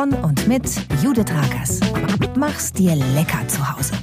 Von und mit Judith Rakers. Mach's dir lecker zu Hause.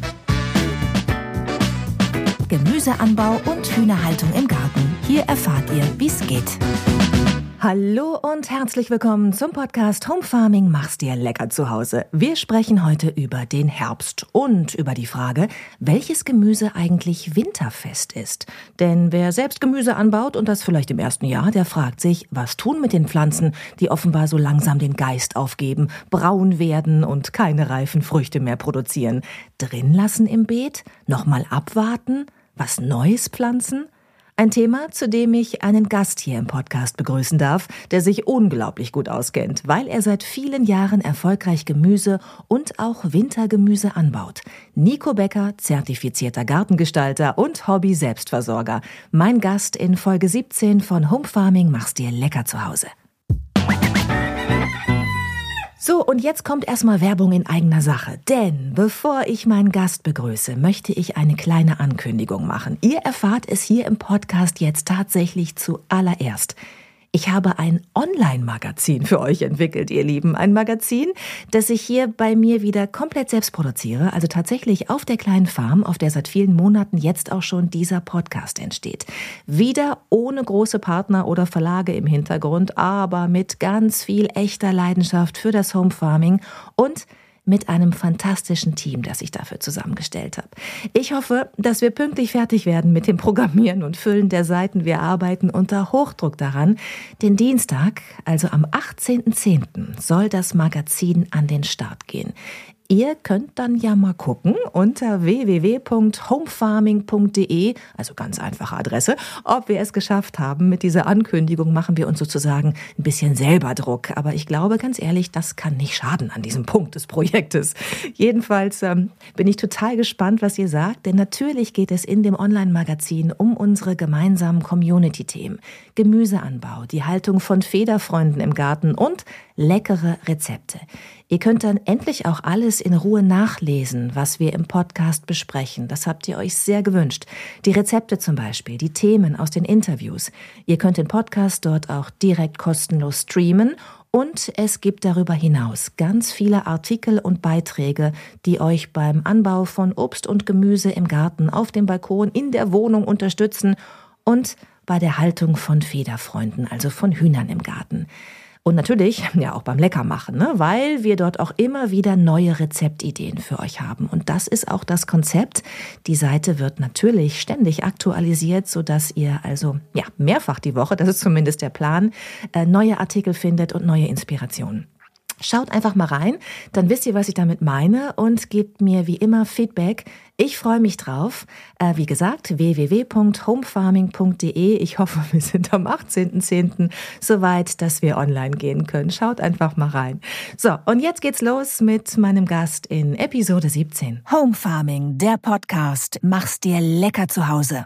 Gemüseanbau und Hühnerhaltung im Garten. Hier erfahrt ihr, wie's geht. Hallo und herzlich willkommen zum Podcast Home Farming, mach's dir lecker zu Hause. Wir sprechen heute über den Herbst und über die Frage, welches Gemüse eigentlich winterfest ist. Denn wer selbst Gemüse anbaut und das vielleicht im ersten Jahr, der fragt sich, was tun mit den Pflanzen, die offenbar so langsam den Geist aufgeben, braun werden und keine reifen Früchte mehr produzieren. Drin lassen im Beet? Nochmal abwarten? Was Neues pflanzen? Ein Thema, zu dem ich einen Gast hier im Podcast begrüßen darf, der sich unglaublich gut auskennt, weil er seit vielen Jahren erfolgreich Gemüse und auch Wintergemüse anbaut. Nico Becker, zertifizierter Gartengestalter und Hobby-Selbstversorger. Mein Gast in Folge 17 von Home Farming, mach's dir lecker zu Hause. So, und jetzt kommt erstmal Werbung in eigener Sache. Denn bevor ich meinen Gast begrüße, möchte ich eine kleine Ankündigung machen. Ihr erfahrt es hier im Podcast jetzt tatsächlich zuallererst. Ich habe ein Online-Magazin für euch entwickelt, ihr Lieben. Ein Magazin, das ich hier bei mir wieder komplett selbst produziere. Also tatsächlich auf der kleinen Farm, auf der seit vielen Monaten jetzt auch schon dieser Podcast entsteht. Wieder ohne große Partner oder Verlage im Hintergrund, aber mit ganz viel echter Leidenschaft für das Home Farming und mit einem fantastischen Team, das ich dafür zusammengestellt habe. Ich hoffe, dass wir pünktlich fertig werden mit dem Programmieren und Füllen der Seiten. Wir arbeiten unter Hochdruck daran. Den Dienstag, also am 18.10., soll das Magazin an den Start gehen. Ihr könnt dann ja mal gucken unter www.homefarming.de, also ganz einfache Adresse, ob wir es geschafft haben. Mit dieser Ankündigung machen wir uns sozusagen ein bisschen selber Druck. Aber ich glaube, ganz ehrlich, das kann nicht schaden an diesem Punkt des Projektes. Jedenfalls bin ich total gespannt, was ihr sagt, denn natürlich geht es in dem Online-Magazin um unsere gemeinsamen Community-Themen. Gemüseanbau, die Haltung von Federfreunden im Garten und leckere Rezepte. Ihr könnt dann endlich auch alles in Ruhe nachlesen, was wir im Podcast besprechen. Das habt ihr euch sehr gewünscht. Die Rezepte zum Beispiel, die Themen aus den Interviews. Ihr könnt den Podcast dort auch direkt kostenlos streamen. Und es gibt darüber hinaus ganz viele Artikel und Beiträge, die euch beim Anbau von Obst und Gemüse im Garten, auf dem Balkon, in der Wohnung unterstützen und bei der Haltung von Federfreunden, also von Hühnern im Garten. Und natürlich, ja auch beim Leckermachen, ne? Weil wir dort auch immer wieder neue Rezeptideen für euch haben. Und das ist auch das Konzept. Die Seite wird natürlich ständig aktualisiert, sodass ihr also ja mehrfach die Woche, das ist zumindest der Plan, neue Artikel findet und neue Inspirationen. Schaut einfach mal rein, dann wisst ihr, was ich damit meine und gebt mir wie immer Feedback. Ich freue mich drauf. Wie gesagt, www.homefarming.de. Ich hoffe, wir sind am 18.10. soweit, dass wir online gehen können. Schaut einfach mal rein. So, und jetzt geht's los mit meinem Gast in Episode 17. Home Farming, der Podcast. Mach's dir lecker zu Hause.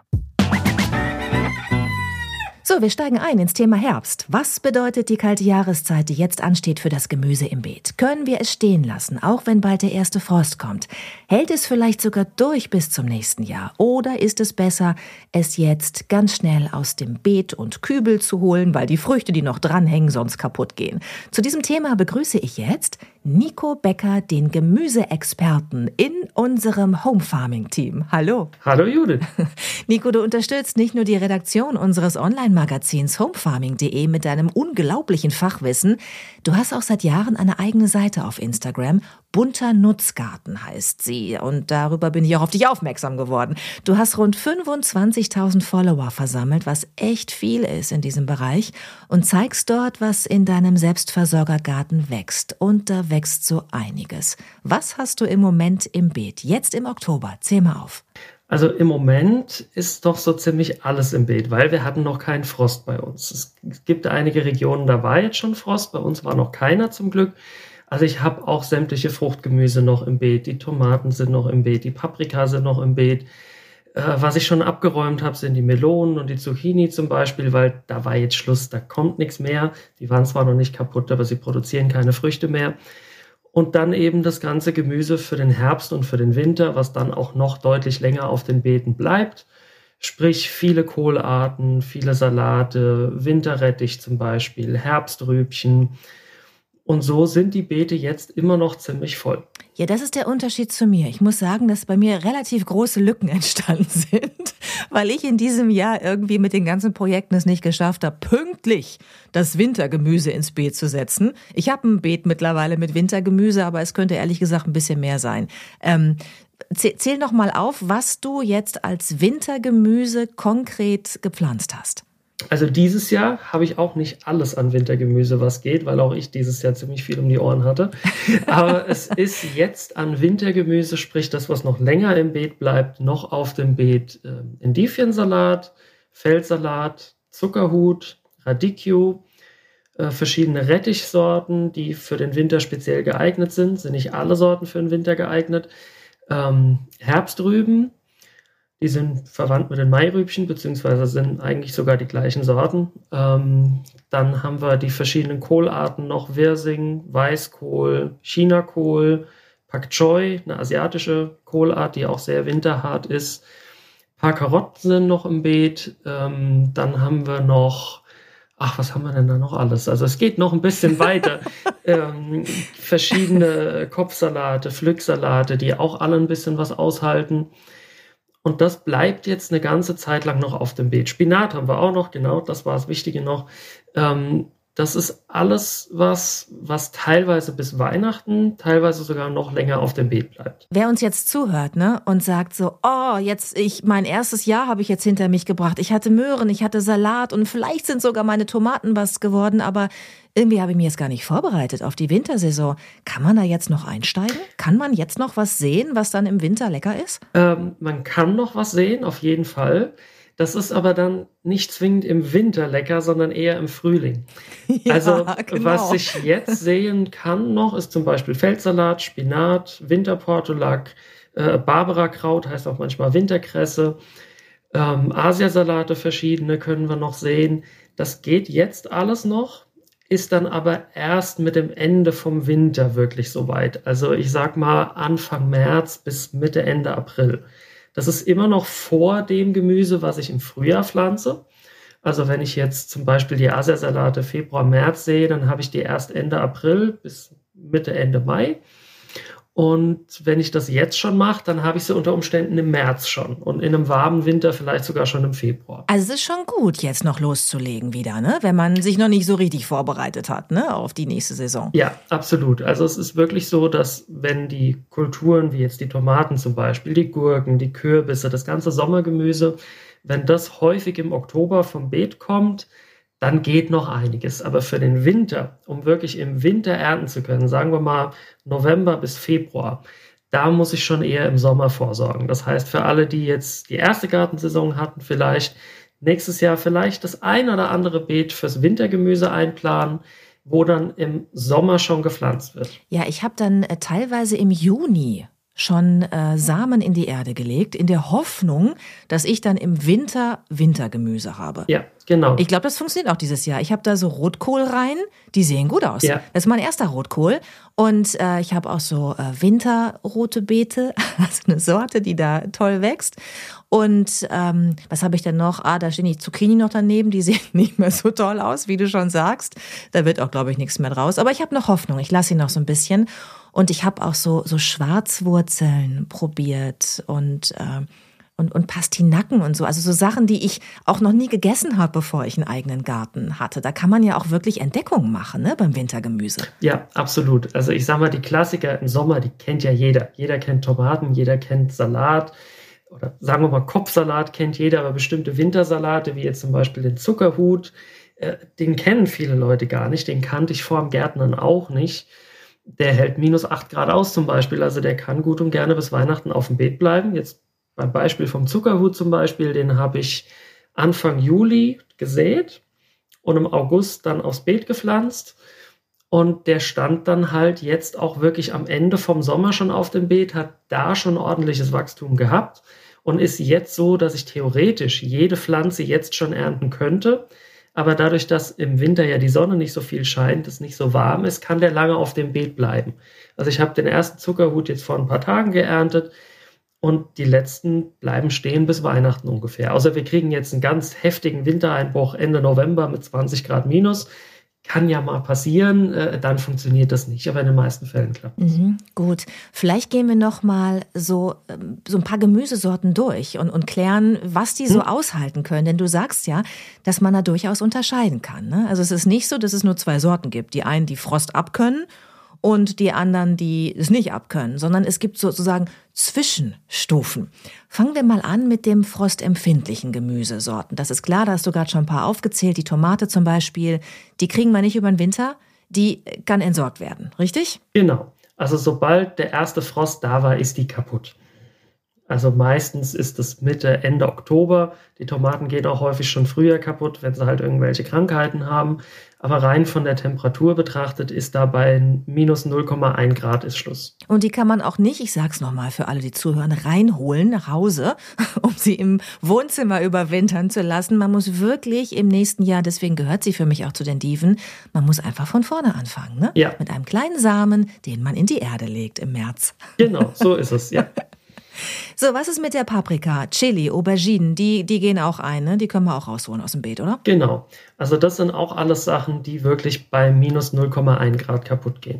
So, wir steigen ein ins Thema Herbst. Was bedeutet die kalte Jahreszeit, die jetzt ansteht für das Gemüse im Beet? Können wir es stehen lassen, auch wenn bald der erste Frost kommt? Hält es vielleicht sogar durch bis zum nächsten Jahr? Oder ist es besser, es jetzt ganz schnell aus dem Beet und Kübel zu holen, weil die Früchte, die noch dranhängen, sonst kaputt gehen? Zu diesem Thema begrüße ich jetzt Nico Becker, den Gemüseexperten in unserem Home Farming Team. Hallo. Hallo Judith. Nico, du unterstützt nicht nur die Redaktion unseres Online-Magazins homefarming.de mit deinem unglaublichen Fachwissen. Du hast auch seit Jahren eine eigene Seite auf Instagram. Bunter Nutzgarten heißt sie. Und darüber bin ich auch auf dich aufmerksam geworden. Du hast rund 25.000 Follower versammelt, was echt viel ist in diesem Bereich. Und zeigst dort, was in deinem Selbstversorgergarten wächst. Und da wächst so einiges. Was hast du im Moment im Beet? Jetzt im Oktober. Zähl mal auf. Also im Moment ist doch so ziemlich alles im Beet, weil wir hatten noch keinen Frost bei uns. Es gibt einige Regionen, da war jetzt schon Frost. Bei uns war noch keiner zum Glück. Also ich habe auch sämtliche Fruchtgemüse noch im Beet. Die Tomaten sind noch im Beet, die Paprika sind noch im Beet. Was ich schon abgeräumt habe, sind die Melonen und die Zucchini zum Beispiel, weil da war jetzt Schluss, da kommt nichts mehr. Die waren zwar noch nicht kaputt, aber sie produzieren keine Früchte mehr. Und dann eben das ganze Gemüse für den Herbst und für den Winter, was dann auch noch deutlich länger auf den Beeten bleibt. Sprich viele Kohlarten, viele Salate, Winterrettich zum Beispiel, Herbstrübchen. Und so sind die Beete jetzt immer noch ziemlich voll. Ja, das ist der Unterschied zu mir. Ich muss sagen, dass bei mir relativ große Lücken entstanden sind, weil ich in diesem Jahr irgendwie mit den ganzen Projekten es nicht geschafft habe, pünktlich das Wintergemüse ins Beet zu setzen. Ich habe ein Beet mittlerweile mit Wintergemüse, aber es könnte ehrlich gesagt ein bisschen mehr sein. Zähl noch mal auf, was du jetzt als Wintergemüse konkret gepflanzt hast. Also dieses Jahr habe ich auch nicht alles an Wintergemüse, was geht, weil auch ich dieses Jahr ziemlich viel um die Ohren hatte. Aber es ist jetzt an Wintergemüse, sprich das, was noch länger im Beet bleibt, noch auf dem Beet Endiviensalat, Feldsalat, Zuckerhut, Radicchio, verschiedene Rettichsorten, die für den Winter speziell geeignet sind. Sind nicht alle Sorten für den Winter geeignet. Herbstrüben. Die sind verwandt mit den Mairübchen, beziehungsweise sind eigentlich sogar die gleichen Sorten. Dann haben wir die verschiedenen Kohlarten noch: Wirsing, Weißkohl, Chinakohl, Pak Choi, eine asiatische Kohlart, die auch sehr winterhart ist. Ein paar Karotten sind noch im Beet. Dann haben wir noch, was haben wir denn da noch alles? Also es geht noch ein bisschen weiter. Verschiedene Kopfsalate, Pflücksalate, die auch alle ein bisschen was aushalten. Und das bleibt jetzt eine ganze Zeit lang noch auf dem Beet. Spinat haben wir auch noch, genau, das war das Wichtige noch. Das ist alles, was teilweise bis Weihnachten, teilweise sogar noch länger auf dem Beet bleibt. Wer uns jetzt zuhört, ne, und sagt so, mein erstes Jahr habe ich jetzt hinter mich gebracht. Ich hatte Möhren, ich hatte Salat und vielleicht sind sogar meine Tomaten was geworden, aber irgendwie habe ich mich jetzt gar nicht vorbereitet auf die Wintersaison. Kann man da jetzt noch einsteigen? Kann man jetzt noch was sehen, was dann im Winter lecker ist? Man kann noch was sehen, auf jeden Fall. Das ist aber dann nicht zwingend im Winter lecker, sondern eher im Frühling. Ja, also genau. Was ich jetzt sehen kann noch, ist zum Beispiel Feldsalat, Spinat, Winterportulak, Barbarakraut, heißt auch manchmal Winterkresse, Asiasalate verschiedene können wir noch sehen. Das geht jetzt alles noch, ist dann aber erst mit dem Ende vom Winter wirklich soweit. Also ich sag mal Anfang März bis Mitte, Ende April. Das ist immer noch vor dem Gemüse, was ich im Frühjahr pflanze. Also wenn ich jetzt zum Beispiel die Asiasalate Februar, März sehe, dann habe ich die erst Ende April bis Mitte, Ende Mai. Und wenn ich das jetzt schon mache, dann habe ich sie unter Umständen im März schon. Und in einem warmen Winter vielleicht sogar schon im Februar. Also es ist schon gut, jetzt noch loszulegen wieder, ne? Wenn man sich noch nicht so richtig vorbereitet hat, ne? Auf die nächste Saison. Ja, absolut. Also es ist wirklich so, dass wenn die Kulturen, wie jetzt die Tomaten zum Beispiel, die Gurken, die Kürbisse, das ganze Sommergemüse, wenn das häufig im Oktober vom Beet kommt, dann geht noch einiges. Aber für den Winter, um wirklich im Winter ernten zu können, sagen wir mal November bis Februar, da muss ich schon eher im Sommer vorsorgen. Das heißt, für alle, die jetzt die erste Gartensaison hatten, vielleicht nächstes Jahr vielleicht das ein oder andere Beet fürs Wintergemüse einplanen, wo dann im Sommer schon gepflanzt wird. Ja, ich habe dann teilweise im Juni schon Samen in die Erde gelegt, in der Hoffnung, dass ich dann im Winter Wintergemüse habe. Ja, genau. Ich glaube, das funktioniert auch dieses Jahr. Ich habe da so Rotkohlreihen, die sehen gut aus. Ja. Das ist mein erster Rotkohl. Und ich habe auch so winterrote Beete, also eine Sorte, die da toll wächst. Und was habe ich denn noch? Da stehen die Zucchini noch daneben, die sehen nicht mehr so toll aus, wie du schon sagst. Da wird auch, glaube ich, nichts mehr draus. Aber ich habe noch Hoffnung, ich lasse ihn noch so ein bisschen. Und ich habe auch so Schwarzwurzeln probiert und Pastinaken und so. Also so Sachen, die ich auch noch nie gegessen habe, bevor ich einen eigenen Garten hatte. Da kann man ja auch wirklich Entdeckungen machen, ne, beim Wintergemüse. Ja, absolut. Also ich sag mal, die Klassiker im Sommer, die kennt ja jeder. Jeder kennt Tomaten, jeder kennt Salat. Oder sagen wir mal, Kopfsalat kennt jeder, aber bestimmte Wintersalate, wie jetzt zum Beispiel den Zuckerhut, den kennen viele Leute gar nicht. Den kannte ich vor dem Gärtnern auch nicht. Der hält minus 8 Grad aus zum Beispiel. Also der kann gut und gerne bis Weihnachten auf dem Beet bleiben. Jetzt beim Beispiel vom Zuckerhut zum Beispiel, den habe ich Anfang Juli gesät und im August dann aufs Beet gepflanzt. Und der stand dann halt jetzt auch wirklich am Ende vom Sommer schon auf dem Beet, hat da schon ordentliches Wachstum gehabt und ist jetzt so, dass ich theoretisch jede Pflanze jetzt schon ernten könnte. Aber dadurch, dass im Winter ja die Sonne nicht so viel scheint, es nicht so warm ist, kann der lange auf dem Beet bleiben. Also ich habe den ersten Zuckerhut jetzt vor ein paar Tagen geerntet und die letzten bleiben stehen bis Weihnachten ungefähr. Außer wir kriegen jetzt einen ganz heftigen Wintereinbruch Ende November mit 20 Grad minus. kann ja mal passieren, dann funktioniert das nicht, aber in den meisten Fällen klappt es. Gut, vielleicht gehen wir noch mal so ein paar Gemüsesorten durch und klären, was die so aushalten können. Denn du sagst ja, dass man da durchaus unterscheiden kann, ne? Also es ist nicht so, dass es nur 2 Sorten gibt. Die einen, die Frost abkönnen und die anderen, die es nicht abkönnen, sondern es gibt sozusagen Zwischenstufen. Fangen wir mal an mit dem frostempfindlichen Gemüsesorten. Das ist klar, da hast du gerade schon ein paar aufgezählt. Die Tomate zum Beispiel, die kriegen wir nicht über den Winter, die kann entsorgt werden, richtig? Genau. Also sobald der erste Frost da war, ist die kaputt. Also meistens ist es Mitte, Ende Oktober. Die Tomaten gehen auch häufig schon früher kaputt, wenn sie halt irgendwelche Krankheiten haben. Aber rein von der Temperatur betrachtet ist da bei minus 0,1 Grad ist Schluss. Und die kann man auch nicht, ich sag's nochmal für alle, die zuhören, reinholen nach Hause, um sie im Wohnzimmer überwintern zu lassen. Man muss wirklich im nächsten Jahr, deswegen gehört sie für mich auch zu den Diven, man muss einfach von vorne anfangen, ne? Ja. Mit einem kleinen Samen, den man in die Erde legt im März. Genau, so ist es, ja. So, was ist mit der Paprika, Chili, Auberginen? Die gehen auch ein, ne? Die können wir auch rausholen aus dem Beet, oder? Genau. Also das sind auch alles Sachen, die wirklich bei minus 0,1 Grad kaputt gehen.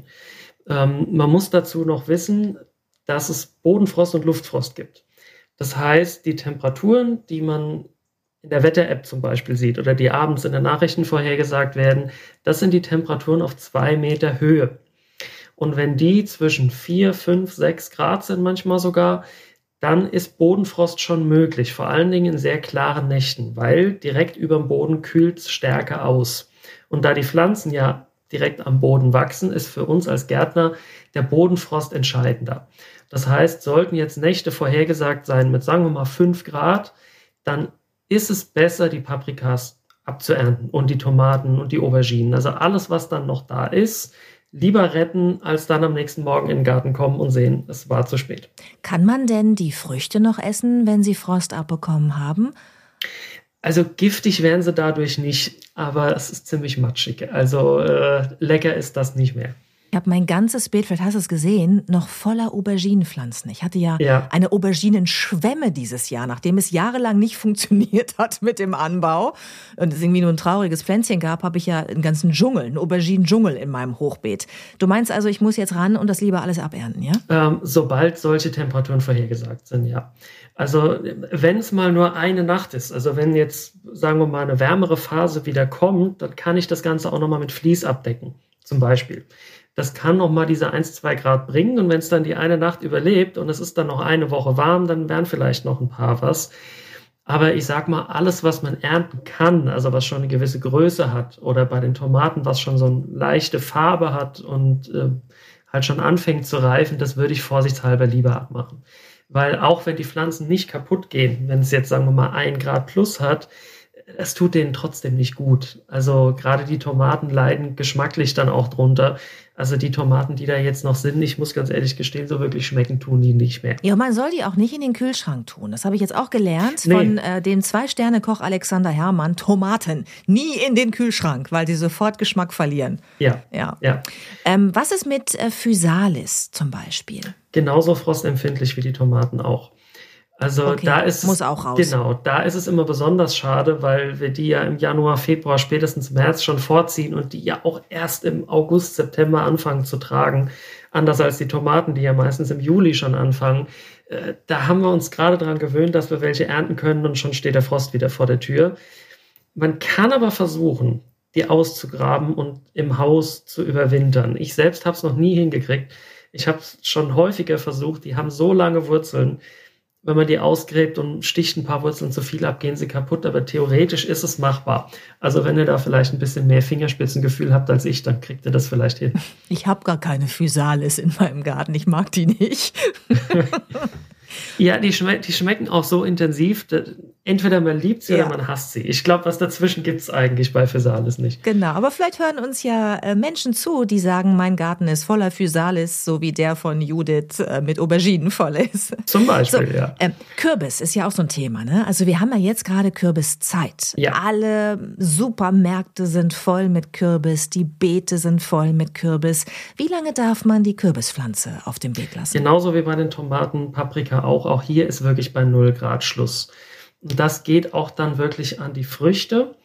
Man muss dazu noch wissen, dass es Bodenfrost und Luftfrost gibt. Das heißt, die Temperaturen, die man in der Wetter-App zum Beispiel sieht oder die abends in den Nachrichten vorhergesagt werden, das sind die Temperaturen auf 2 Meter Höhe. Und wenn die zwischen 4, 5, 6 Grad sind manchmal sogar, dann ist Bodenfrost schon möglich, vor allen Dingen in sehr klaren Nächten, weil direkt über dem Boden kühlt es stärker aus. Und da die Pflanzen ja direkt am Boden wachsen, ist für uns als Gärtner der Bodenfrost entscheidender. Das heißt, sollten jetzt Nächte vorhergesagt sein mit, sagen wir mal, 5 Grad, dann ist es besser, die Paprikas abzuernten und die Tomaten und die Auberginen. Also alles, was dann noch da ist, lieber retten, als dann am nächsten Morgen in den Garten kommen und sehen, es war zu spät. Kann man denn die Früchte noch essen, wenn sie Frost abbekommen haben? Also giftig wären sie dadurch nicht, aber es ist ziemlich matschig. Also lecker ist das nicht mehr. Ich habe mein ganzes Beet, vielleicht hast du es gesehen, noch voller Auberginenpflanzen. Ich hatte ja eine Auberginenschwemme dieses Jahr, nachdem es jahrelang nicht funktioniert hat mit dem Anbau und es irgendwie nur ein trauriges Pflänzchen gab, habe ich ja einen ganzen Dschungel, einen Auberginen-Dschungel in meinem Hochbeet. Du meinst also, ich muss jetzt ran und das lieber alles abernten, ja? Sobald solche Temperaturen vorhergesagt sind, ja. Also wenn es mal nur eine Nacht ist, also wenn jetzt, sagen wir mal, eine wärmere Phase wieder kommt, dann kann ich das Ganze auch nochmal mit Vlies abdecken, zum Beispiel. Das kann nochmal diese 1, 2 Grad bringen und wenn es dann die eine Nacht überlebt und es ist dann noch eine Woche warm, dann wären vielleicht noch ein paar was. Aber ich sag mal, alles, was man ernten kann, also was schon eine gewisse Größe hat oder bei den Tomaten, was schon so eine leichte Farbe hat und halt schon anfängt zu reifen, das würde ich vorsichtshalber lieber abmachen. Weil auch wenn die Pflanzen nicht kaputt gehen, wenn es jetzt, sagen wir mal, 1 Grad plus hat, es tut denen trotzdem nicht gut. Also gerade die Tomaten leiden geschmacklich dann auch drunter. Also die Tomaten, die da jetzt noch sind, ich muss ganz ehrlich gestehen, so wirklich schmecken tun die nicht mehr. Ja, man soll die auch nicht in den Kühlschrank tun. Das habe ich jetzt auch gelernt von dem 2-Sterne-Koch Alexander Herrmann. Tomaten nie in den Kühlschrank, weil sie sofort Geschmack verlieren. Ja. Was ist mit Physalis zum Beispiel? Genauso frostempfindlich wie die Tomaten auch. Also okay, da ist muss auch raus. Genau, da ist es immer besonders schade, weil wir die ja im Januar, Februar, spätestens März schon vorziehen und die ja auch erst im August, September anfangen zu tragen. Anders als die Tomaten, die ja meistens im Juli schon anfangen. Da haben wir uns gerade daran gewöhnt, dass wir welche ernten können und schon steht der Frost wieder vor der Tür. Man kann aber versuchen, die auszugraben und im Haus zu überwintern. Ich selbst habe es noch nie hingekriegt. Ich habe es schon häufiger versucht. Die haben so lange Wurzeln. Wenn man die ausgräbt und sticht ein paar Wurzeln zu viel ab, gehen sie kaputt. Aber theoretisch ist es machbar. Also wenn ihr da vielleicht ein bisschen mehr Fingerspitzengefühl habt als ich, dann kriegt ihr das vielleicht hin. Ich habe gar keine Physalis in meinem Garten. Ich mag die nicht. Ja, die schmecken auch so intensiv. Entweder man liebt sie oder man hasst sie. Ich glaube, was dazwischen gibt es eigentlich bei Physalis nicht. Genau, aber vielleicht hören uns ja Menschen zu, die sagen, mein Garten ist voller Physalis, so wie der von Judith mit Auberginen voll ist. Zum Beispiel, so, ja. Kürbis ist ja auch so ein Thema, ne? Also wir haben ja jetzt gerade Kürbiszeit. Ja. Alle Supermärkte sind voll mit Kürbis, die Beete sind voll mit Kürbis. Wie lange darf man die Kürbispflanze auf dem Beet lassen? Genauso wie bei den Tomaten, Paprika auch. Auch hier ist wirklich bei 0 Grad Schluss. Und das geht auch dann wirklich an die Früchte.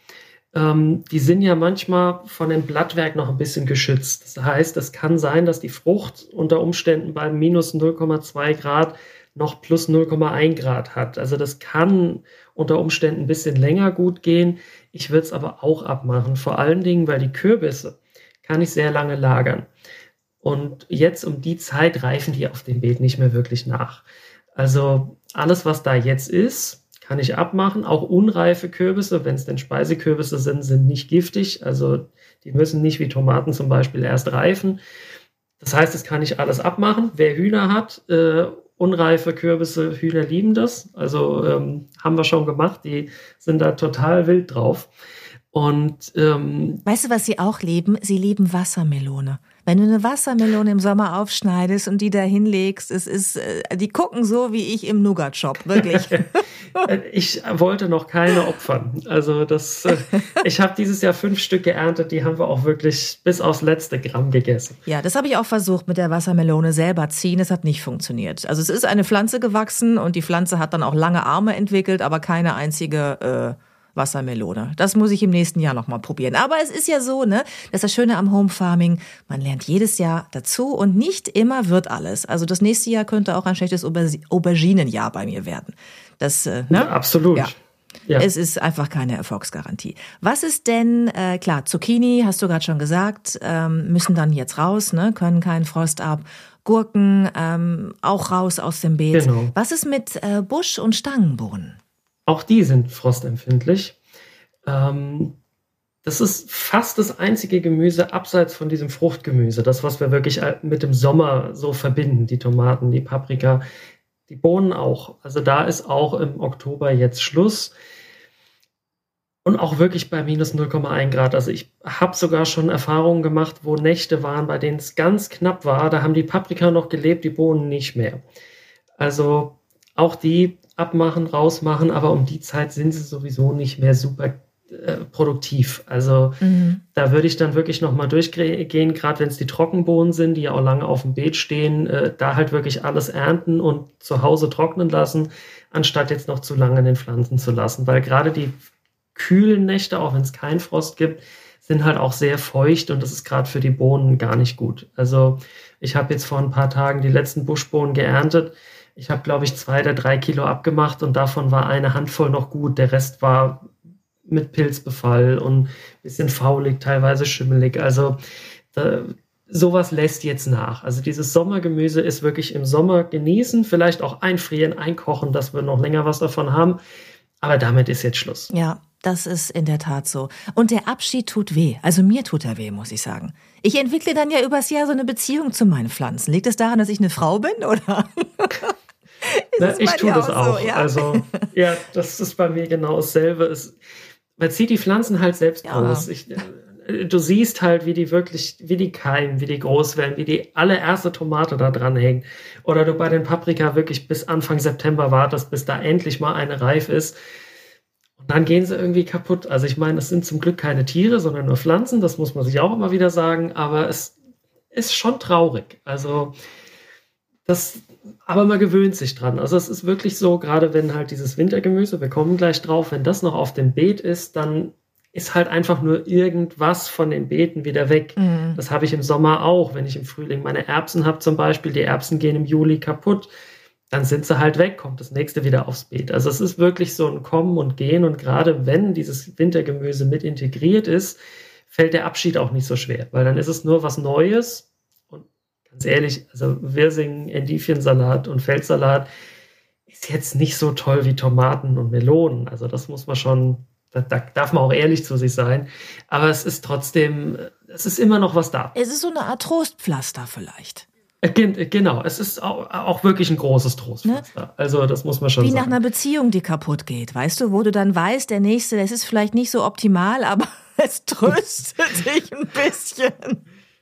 Die sind ja manchmal von dem Blattwerk noch ein bisschen geschützt. Das heißt, es kann sein, dass die Frucht unter Umständen bei minus 0,2 Grad noch plus 0,1 Grad hat. Also das kann unter Umständen ein bisschen länger gut gehen. Ich würde es aber auch abmachen. Vor allen Dingen, weil die Kürbisse kann ich sehr lange lagern. Und jetzt um die Zeit reifen die auf dem Beet nicht mehr wirklich nach. Also alles, was da jetzt ist, kann ich abmachen. Auch unreife Kürbisse, wenn es denn Speisekürbisse sind nicht giftig. Also die müssen nicht wie Tomaten zum Beispiel erst reifen. Das heißt, das kann ich alles abmachen. Wer Hühner hat, unreife Kürbisse, Hühner lieben das. Also haben wir schon gemacht. Die sind da total wild drauf. Und weißt du, was sie auch lieben? Sie lieben Wassermelone. Wenn du eine Wassermelone im Sommer aufschneidest und die da hinlegst, die gucken so wie ich im Nougat-Shop, wirklich. Ich wollte noch keine opfern. Also ich habe dieses Jahr 5 Stück geerntet, die haben wir auch wirklich bis aufs letzte Gramm gegessen. Ja, das habe ich auch versucht mit der Wassermelone selber ziehen. Das hat nicht funktioniert. Also es ist eine Pflanze gewachsen und die Pflanze hat dann auch lange Arme entwickelt, aber keine einzige Wassermelone. Das muss ich im nächsten Jahr noch mal probieren. Aber es ist ja so, ne, das ist das Schöne am Home Farming, man lernt jedes Jahr dazu und nicht immer wird alles. Also das nächste Jahr könnte auch ein schlechtes Auberginenjahr bei mir werden. Das, ne? Ja, absolut. Ja. Es ist einfach keine Erfolgsgarantie. Was ist denn, klar, Zucchini, hast du gerade schon gesagt, müssen dann jetzt raus, ne, können keinen Frost ab. Gurken, auch raus aus dem Beet. Genau. Was ist mit Busch- und Stangenbohnen? Auch die sind frostempfindlich. Das ist fast das einzige Gemüse abseits von diesem Fruchtgemüse. Das, was wir wirklich mit dem Sommer so verbinden. Die Tomaten, die Paprika, die Bohnen auch. Also da ist auch im Oktober jetzt Schluss. Und auch wirklich bei minus 0,1 Grad. Also ich habe sogar schon Erfahrungen gemacht, wo Nächte waren, bei denen es ganz knapp war. Da haben die Paprika noch gelebt, die Bohnen nicht mehr. Also auch die abmachen, rausmachen, aber um die Zeit sind sie sowieso nicht mehr super produktiv. Also da würde ich dann wirklich nochmal durchgehen, gerade wenn es die Trockenbohnen sind, die ja auch lange auf dem Beet stehen, da halt wirklich alles ernten und zu Hause trocknen lassen, anstatt jetzt noch zu lange in den Pflanzen zu lassen. Weil gerade die kühlen Nächte, auch wenn es keinen Frost gibt, sind halt auch sehr feucht und das ist gerade für die Bohnen gar nicht gut. Also ich habe jetzt vor ein paar Tagen die letzten Buschbohnen geerntet. Ich habe, glaube ich, 2 oder 3 Kilo abgemacht und davon war eine Handvoll noch gut. Der Rest war mit Pilzbefall und ein bisschen faulig, teilweise schimmelig. Also sowas lässt jetzt nach. Also dieses Sommergemüse ist wirklich im Sommer genießen, vielleicht auch einfrieren, einkochen, dass wir noch länger was davon haben. Aber damit ist jetzt Schluss. Ja, das ist in der Tat so. Und der Abschied tut weh. Also mir tut er weh, muss ich sagen. Ich entwickle dann ja übers Jahr so eine Beziehung zu meinen Pflanzen. Liegt es daran, dass ich eine Frau bin, oder? Ich tue das auch. So, ja? Also ja, das ist bei mir genau dasselbe. Man zieht die Pflanzen halt selbst aus. Du siehst halt, wie die keimen, wie die groß werden, wie die allererste Tomate da dran hängt. Oder du bei den Paprika wirklich bis Anfang September wartest, bis da endlich mal eine reif ist. Und dann gehen sie irgendwie kaputt. Also ich meine, es sind zum Glück keine Tiere, sondern nur Pflanzen. Das muss man sich auch immer wieder sagen. Aber es ist schon traurig. Also aber man gewöhnt sich dran. Also es ist wirklich so, gerade wenn halt dieses Wintergemüse, wir kommen gleich drauf, wenn das noch auf dem Beet ist, dann ist halt einfach nur irgendwas von den Beeten wieder weg. Mhm. Das habe ich im Sommer auch. Wenn ich im Frühling meine Erbsen habe zum Beispiel, die Erbsen gehen im Juli kaputt, dann sind sie halt weg, kommt das nächste wieder aufs Beet. Also es ist wirklich so ein Kommen und Gehen und gerade wenn dieses Wintergemüse mit integriert ist, fällt der Abschied auch nicht so schwer, weil dann ist es nur was Neues und ganz ehrlich, also Wirsing, Endiviensalat und Feldsalat ist jetzt nicht so toll wie Tomaten und Melonen. Also das muss man schon, da darf man auch ehrlich zu sich sein, aber es ist trotzdem, es ist immer noch was da. Es ist so eine Art Trostpflaster vielleicht. Genau, es ist auch wirklich ein großes Trostpflaster. Ne? Also das muss man schon sagen. Wie nach einer Beziehung, die kaputt geht, weißt du, wo du dann weißt, der Nächste, das ist vielleicht nicht so optimal, aber es tröstet dich ein bisschen.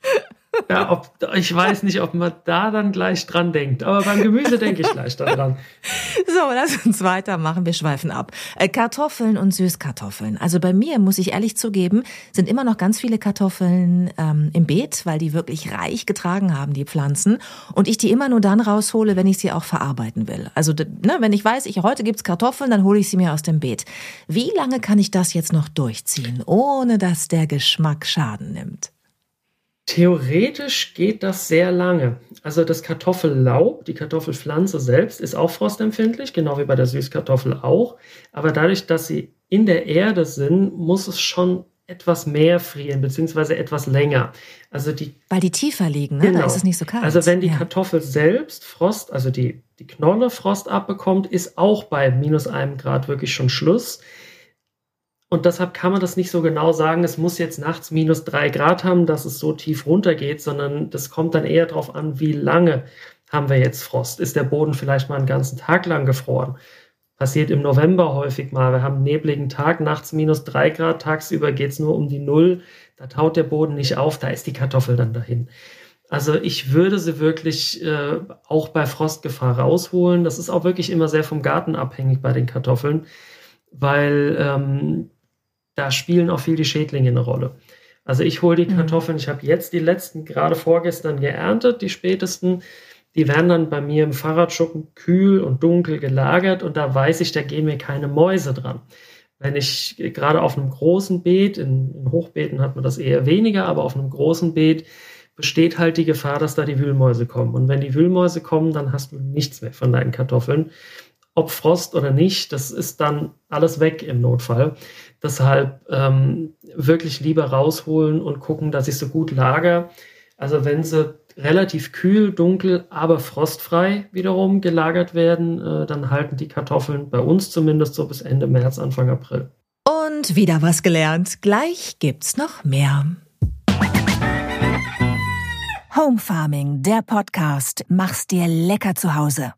Ja, ich weiß nicht, ob man da dann gleich dran denkt, aber beim Gemüse denke ich gleich daran. So, lass uns weitermachen. Wir schweifen ab. Kartoffeln und Süßkartoffeln. Also bei mir, muss ich ehrlich zugeben, sind immer noch ganz viele Kartoffeln im Beet, weil die wirklich reich getragen haben, die Pflanzen. Und ich die immer nur dann raushole, wenn ich sie auch verarbeiten will. Also wenn ich weiß, heute gibt's Kartoffeln, dann hole ich sie mir aus dem Beet. Wie lange kann ich das jetzt noch durchziehen, ohne dass der Geschmack Schaden nimmt? Theoretisch geht das sehr lange. Also das Kartoffellaub, die Kartoffelpflanze selbst, ist auch frostempfindlich, genau wie bei der Süßkartoffel auch. Aber dadurch, dass sie in der Erde sind, muss es schon etwas mehr frieren, beziehungsweise etwas länger. Weil die tiefer liegen, ne? Genau. Da ist es nicht so kalt. Also wenn die Kartoffel selbst Frost, also die Knolle Frost abbekommt, ist auch bei -1 Grad wirklich schon Schluss. Und deshalb kann man das nicht so genau sagen, es muss jetzt nachts -3 Grad haben, dass es so tief runtergeht, sondern das kommt dann eher darauf an, wie lange haben wir jetzt Frost. Ist der Boden vielleicht mal einen ganzen Tag lang gefroren? Passiert im November häufig mal. Wir haben einen nebligen Tag, nachts -3 Grad, tagsüber geht es nur um die Null. Da taut der Boden nicht auf, da ist die Kartoffel dann dahin. Also ich würde sie wirklich auch bei Frostgefahr rausholen. Das ist auch wirklich immer sehr vom Garten abhängig bei den Kartoffeln, weil da spielen auch viel die Schädlinge eine Rolle. Also ich hole die Kartoffeln, ich habe jetzt die letzten gerade vorgestern geerntet, die spätesten. Die werden dann bei mir im Fahrradschuppen kühl und dunkel gelagert und da weiß ich, da gehen mir keine Mäuse dran. Wenn ich gerade auf einem großen Beet, in Hochbeeten hat man das eher weniger, aber auf einem großen Beet besteht halt die Gefahr, dass da die Wühlmäuse kommen. Und wenn die Wühlmäuse kommen, dann hast du nichts mehr von deinen Kartoffeln. Ob Frost oder nicht, das ist dann alles weg im Notfall. Deshalb wirklich lieber rausholen und gucken, dass ich so gut lager. Also wenn sie relativ kühl, dunkel, aber frostfrei wiederum gelagert werden, dann halten die Kartoffeln bei uns zumindest so bis Ende März, Anfang April. Und wieder was gelernt. Gleich gibt's noch mehr. Home Farming, der Podcast. Mach's dir lecker zu Hause.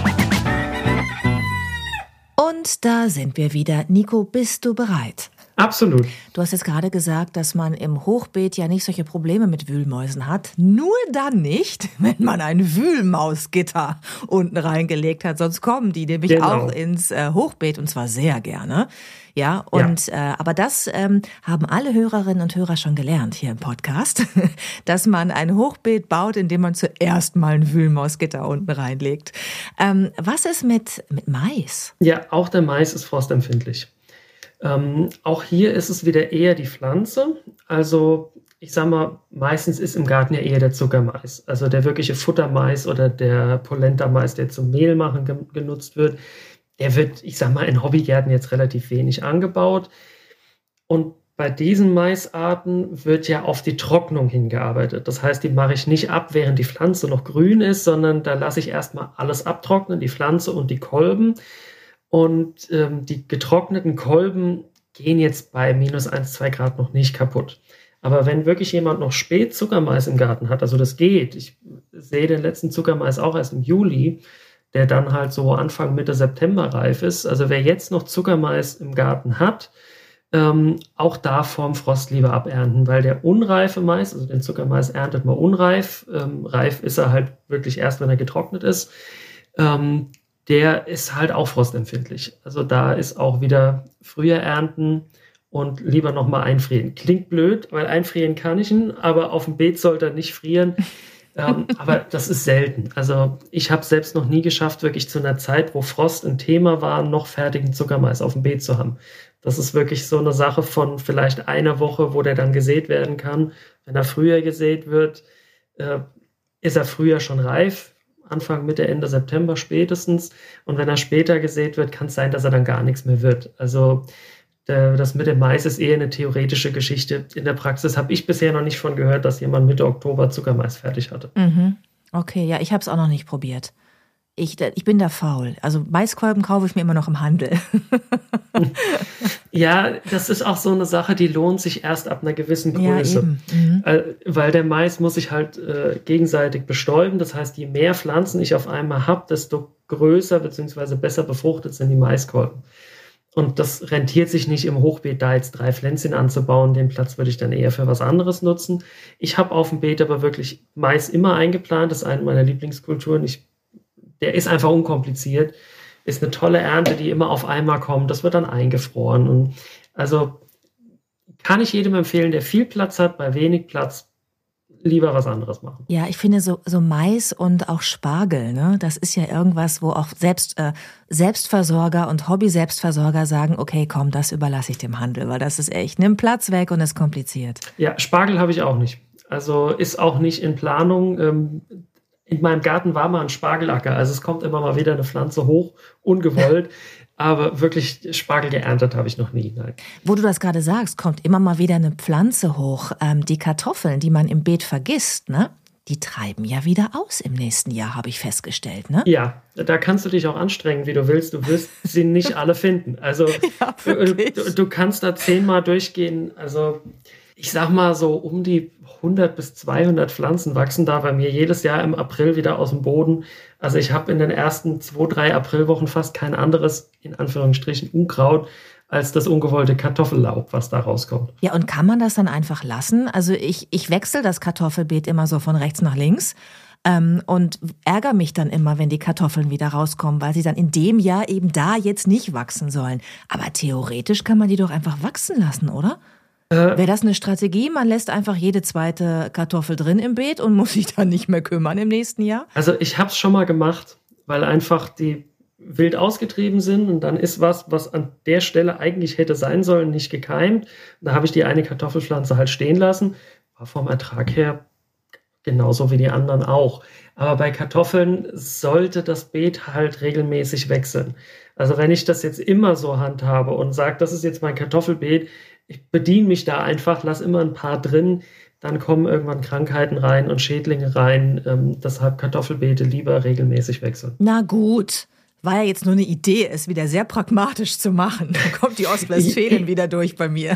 Und da sind wir wieder. Nico, bist du bereit? Absolut. Du hast jetzt gerade gesagt, dass man im Hochbeet ja nicht solche Probleme mit Wühlmäusen hat. Nur dann nicht, wenn man ein Wühlmausgitter unten reingelegt hat. Sonst kommen die nämlich auch ins Hochbeet und zwar sehr gerne. Ja, und aber das haben alle Hörerinnen und Hörer schon gelernt hier im Podcast, dass man ein Hochbeet baut, indem man zuerst mal ein Wühlmausgitter unten reinlegt. Was ist mit Mais? Ja, auch der Mais ist frostempfindlich. Auch hier ist es wieder eher die Pflanze. Also ich sag mal, meistens ist im Garten ja eher der Zuckermais. Also der wirkliche Futtermais oder der Polenta-Mais, der zum Mehlmachen genutzt wird. Der wird, ich sag mal, in Hobbygärten jetzt relativ wenig angebaut. Und bei diesen Maisarten wird ja auf die Trocknung hingearbeitet. Das heißt, die mache ich nicht ab, während die Pflanze noch grün ist, sondern da lasse ich erstmal alles abtrocknen, die Pflanze und die Kolben. Und die getrockneten Kolben gehen jetzt bei -1-2 Grad noch nicht kaputt. Aber wenn wirklich jemand noch spät Zuckermais im Garten hat, also das geht, ich sehe den letzten Zuckermais auch erst im Juli, der dann halt so Anfang, Mitte September reif ist. Also wer jetzt noch Zuckermais im Garten hat, auch da vorm Frost lieber abernten, weil der unreife Mais, also den Zuckermais erntet man unreif, reif ist er halt wirklich erst, wenn er getrocknet ist, der ist halt auch frostempfindlich. Also da ist auch wieder früher ernten und lieber nochmal einfrieren. Klingt blöd, weil einfrieren kann ich ihn, aber auf dem Beet sollte er nicht frieren. Aber das ist selten. Also ich habe selbst noch nie geschafft, wirklich zu einer Zeit, wo Frost ein Thema war, noch fertigen Zuckermais auf dem Beet zu haben. Das ist wirklich so eine Sache von vielleicht einer Woche, wo der dann gesät werden kann. Wenn er früher gesät wird, ist er früher schon reif. Anfang, Mitte, Ende September spätestens. Und wenn er später gesät wird, kann es sein, dass er dann gar nichts mehr wird. Also das mit dem Mais ist eher eine theoretische Geschichte. In der Praxis habe ich bisher noch nicht von gehört, dass jemand Mitte Oktober Zuckermais fertig hatte. Okay, ja, ich habe es auch noch nicht probiert. Ich bin da faul. Also Maiskolben kaufe ich mir immer noch im Handel. Ja, das ist auch so eine Sache, die lohnt sich erst ab einer gewissen Größe. Ja, weil der Mais muss sich halt gegenseitig bestäuben. Das heißt, je mehr Pflanzen ich auf einmal habe, desto größer bzw. besser befruchtet sind die Maiskolben. Und das rentiert sich nicht im Hochbeet, da jetzt 3 Pflänzchen anzubauen. Den Platz würde ich dann eher für was anderes nutzen. Ich habe auf dem Beet aber wirklich Mais immer eingeplant. Das ist eine meiner Lieblingskulturen. Der ist einfach unkompliziert. Ist eine tolle Ernte, die immer auf einmal kommt. Das wird dann eingefroren. Und also kann ich jedem empfehlen, der viel Platz hat, bei wenig Platz lieber was anderes machen. Ja, ich finde so Mais und auch Spargel, ne, das ist ja irgendwas, wo auch Selbstversorger und Hobby-Selbstversorger sagen, okay, komm, das überlasse ich dem Handel, weil das ist echt, nimm Platz weg und ist kompliziert. Ja, Spargel habe ich auch nicht. Also ist auch nicht in Planung. In meinem Garten war mal ein Spargelacker, also es kommt immer mal wieder eine Pflanze hoch, ungewollt. Aber wirklich Spargel geerntet habe ich noch nie. Nein. Wo du das gerade sagst, kommt immer mal wieder eine Pflanze hoch. Die Kartoffeln, die man im Beet vergisst, ne? Die treiben ja wieder aus im nächsten Jahr, habe ich festgestellt, ne? Ja, da kannst du dich auch anstrengen, wie du willst. Du wirst sie nicht alle finden. Also ja, du kannst da 10-mal durchgehen. Also ich sag mal so um die 100 bis 200 Pflanzen wachsen da bei mir jedes Jahr im April wieder aus dem Boden. Also ich habe in den ersten 2-3 Aprilwochen fast kein anderes, in Anführungsstrichen, Unkraut, als das ungewollte Kartoffellaub, was da rauskommt. Ja, und kann man das dann einfach lassen? Also ich wechsle das Kartoffelbeet immer so von rechts nach links und ärgere mich dann immer, wenn die Kartoffeln wieder rauskommen, weil sie dann in dem Jahr eben da jetzt nicht wachsen sollen. Aber theoretisch kann man die doch einfach wachsen lassen, oder? Wäre das eine Strategie? Man lässt einfach jede zweite Kartoffel drin im Beet und muss sich dann nicht mehr kümmern im nächsten Jahr? Also ich habe es schon mal gemacht, weil einfach die wild ausgetrieben sind und dann ist was an der Stelle eigentlich hätte sein sollen, nicht gekeimt. Da habe ich die eine Kartoffelpflanze halt stehen lassen. War vom Ertrag her genauso wie die anderen auch. Aber bei Kartoffeln sollte das Beet halt regelmäßig wechseln. Also wenn ich das jetzt immer so handhabe und sage, das ist jetzt mein Kartoffelbeet, ich bediene mich da einfach, lasse immer ein paar drin, dann kommen irgendwann Krankheiten rein und Schädlinge rein. Deshalb Kartoffelbeete lieber regelmäßig wechseln. Na gut, war ja jetzt nur eine Idee, es wieder sehr pragmatisch zu machen. Da kommt die Ostwestfälin wieder durch bei mir.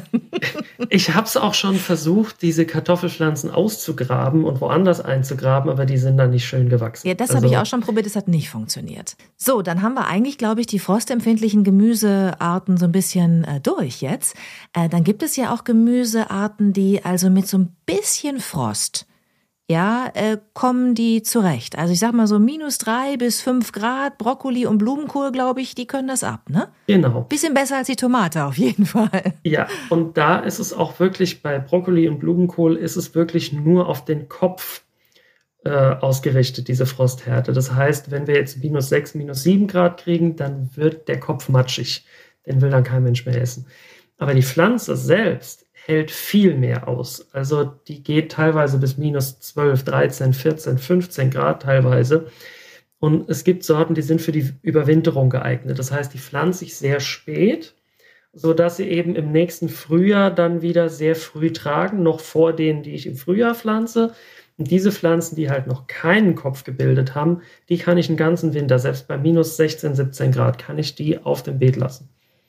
Ich habe es auch schon versucht, diese Kartoffelpflanzen auszugraben und woanders einzugraben, aber die sind dann nicht schön gewachsen. Ja, das habe ich auch schon probiert, das hat nicht funktioniert. So, dann haben wir eigentlich, glaube ich, die frostempfindlichen Gemüsearten so ein bisschen durch jetzt. Dann gibt es ja auch Gemüsearten, die also mit so ein bisschen Frost, ja, kommen die zurecht. Also ich sag mal so -3 bis 5 Grad, Brokkoli und Blumenkohl, glaube ich, die können das ab, ne? Genau. Bisschen besser als die Tomate auf jeden Fall. Ja, und da ist es auch wirklich, bei Brokkoli und Blumenkohl ist es wirklich nur auf den Kopf ausgerichtet, diese Frosthärte. Das heißt, wenn wir jetzt -6, -7 Grad kriegen, dann wird der Kopf matschig. Den will dann kein Mensch mehr essen. Aber die Pflanze selbst hält viel mehr aus. Also die geht teilweise bis -12, 13, 14, 15 Grad teilweise. Und es gibt Sorten, die sind für die Überwinterung geeignet. Das heißt, die pflanze ich sehr spät, sodass sie eben im nächsten Frühjahr dann wieder sehr früh tragen, noch vor denen, die ich im Frühjahr pflanze. Und diese Pflanzen, die halt noch keinen Kopf gebildet haben, die kann ich den ganzen Winter, selbst bei -16, 17 Grad, kann ich die auf dem Beet lassen.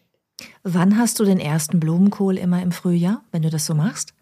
Wann hast du den ersten Blumenkohl immer im Frühjahr, wenn du das so machst?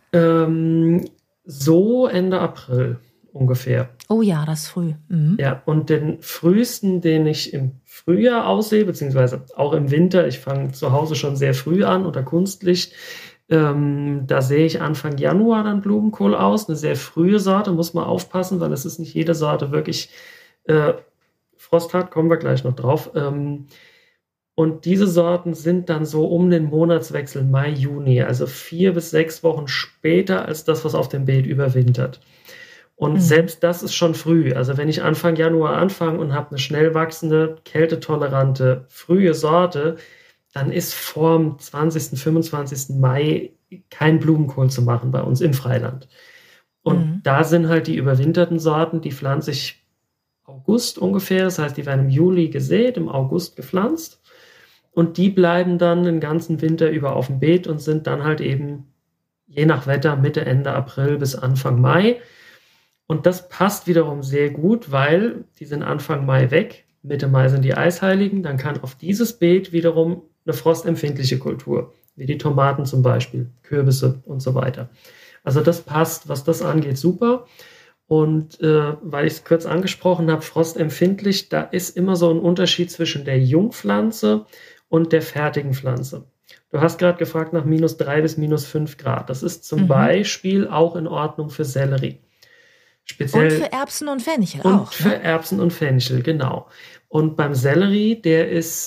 So Ende April ungefähr. Oh ja, das ist früh. Mhm. Ja, und den frühesten, den ich im Frühjahr aussehe, beziehungsweise auch im Winter, ich fange zu Hause schon sehr früh an unter Kunstlicht, da sehe ich Anfang Januar dann Blumenkohl aus. Eine sehr frühe Sorte, muss man aufpassen, weil es ist nicht jede Sorte wirklich Frost hat, kommen wir gleich noch drauf. Und diese Sorten sind dann so um den Monatswechsel Mai, Juni, also 4 bis 6 Wochen später als das, was auf dem Beet überwintert. Und selbst das ist schon früh. Also wenn ich Anfang Januar anfange und habe eine schnell wachsende, kältetolerante, frühe Sorte, dann ist vor dem 20., 25. Mai kein Blumenkohl zu machen bei uns im Freiland. Und da sind halt die überwinterten Sorten, die pflanze ich August ungefähr. Das heißt, die werden im Juli gesät, im August gepflanzt. Und die bleiben dann den ganzen Winter über auf dem Beet und sind dann halt eben, je nach Wetter, Mitte, Ende April bis Anfang Mai. Und das passt wiederum sehr gut, weil die sind Anfang Mai weg. Mitte Mai sind die Eisheiligen. Dann kann auf dieses Beet wiederum eine frostempfindliche Kultur, wie die Tomaten zum Beispiel, Kürbisse und so weiter. Also das passt, was das angeht, super. Und weil ich es kurz angesprochen habe, frostempfindlich, da ist immer so ein Unterschied zwischen der Jungpflanze und der fertigen Pflanze. Du hast gerade gefragt nach -3 bis -5 Grad. Das ist zum Beispiel auch in Ordnung für Sellerie. Speziell und für Erbsen und Fenchel auch. Und für Erbsen und Fenchel, genau. Und beim Sellerie, das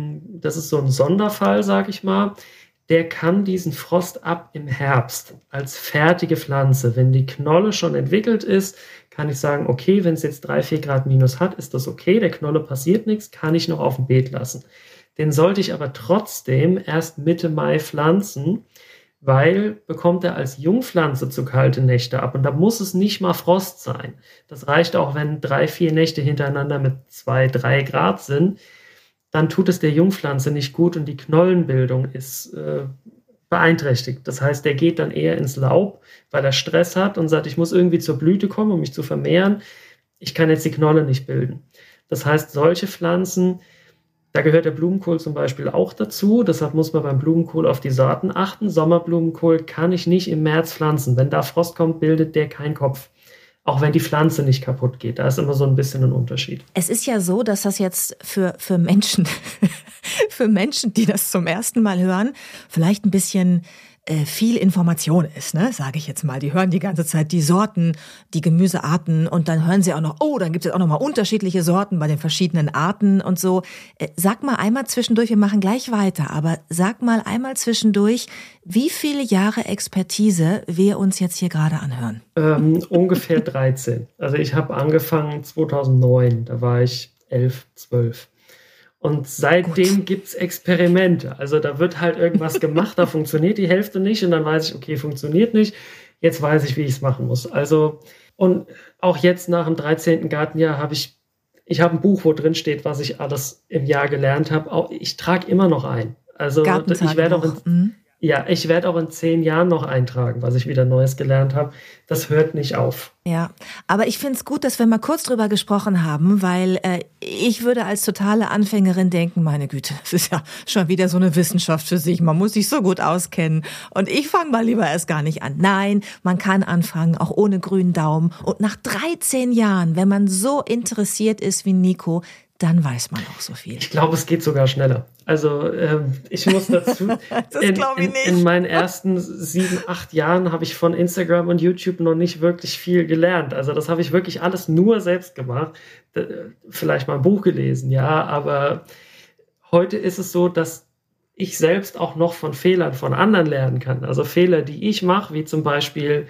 ist so ein Sonderfall, sag ich mal, der kann diesen Frost ab im Herbst als fertige Pflanze. Wenn die Knolle schon entwickelt ist, kann ich sagen, okay, wenn es jetzt 3-4 Grad minus hat, ist das okay, der Knolle passiert nichts, kann ich noch auf dem Beet lassen. Den sollte ich aber trotzdem erst Mitte Mai pflanzen, weil bekommt er als Jungpflanze zu kalte Nächte ab. Und da muss es nicht mal Frost sein. Das reicht auch, wenn 3-4 Nächte hintereinander mit 2-3 Grad sind. Dann tut es der Jungpflanze nicht gut und die Knollenbildung ist beeinträchtigt. Das heißt, der geht dann eher ins Laub, weil er Stress hat und sagt, ich muss irgendwie zur Blüte kommen, um mich zu vermehren. Ich kann jetzt die Knolle nicht bilden. Das heißt, solche Pflanzen, da gehört der Blumenkohl zum Beispiel auch dazu. Deshalb muss man beim Blumenkohl auf die Sorten achten. Sommerblumenkohl kann ich nicht im März pflanzen. Wenn da Frost kommt, bildet der keinen Kopf. Auch wenn die Pflanze nicht kaputt geht. Da ist immer so ein bisschen ein Unterschied. Es ist ja so, dass das jetzt für Menschen, für Menschen, die das zum ersten Mal hören, vielleicht ein bisschen viel Information ist, ne, sage ich jetzt mal. Die hören die ganze Zeit die Sorten, die Gemüsearten und dann hören sie auch noch, dann gibt es auch noch mal unterschiedliche Sorten bei den verschiedenen Arten und so. Sag mal einmal zwischendurch, wir machen gleich weiter, aber sag mal einmal zwischendurch, wie viele Jahre Expertise wir uns jetzt hier gerade anhören? Ungefähr 13. Also ich habe angefangen 2009, da war ich 11, 12. Und seitdem gibt's Experimente. Also da wird halt irgendwas gemacht, da funktioniert die Hälfte nicht und dann weiß ich, okay, funktioniert nicht. Jetzt weiß ich, wie ich es machen muss. Also, und auch jetzt nach dem 13. Gartenjahr habe ich ein Buch, wo drin steht, was ich alles im Jahr gelernt habe. Ich trage immer noch ein. Also ich werde auch in 10 Jahren noch eintragen, was ich wieder Neues gelernt habe. Das hört nicht auf. Ja, aber ich finde es gut, dass wir mal kurz drüber gesprochen haben, weil ich würde als totale Anfängerin denken, meine Güte, das ist ja schon wieder so eine Wissenschaft für sich. Man muss sich so gut auskennen. Und ich fange mal lieber erst gar nicht an. Nein, man kann anfangen, auch ohne grünen Daumen. Und nach 13 Jahren, wenn man so interessiert ist wie Nico, dann weiß man auch so viel. Ich glaube, es geht sogar schneller. Also ich muss dazu, in meinen ersten 7, 8 Jahren habe ich von Instagram und YouTube noch nicht wirklich viel gelernt. Also das habe ich wirklich alles nur selbst gemacht. Vielleicht mal ein Buch gelesen, ja, aber heute ist es so, dass ich selbst auch noch von Fehlern von anderen lernen kann. Also Fehler, die ich mache, wie zum Beispiel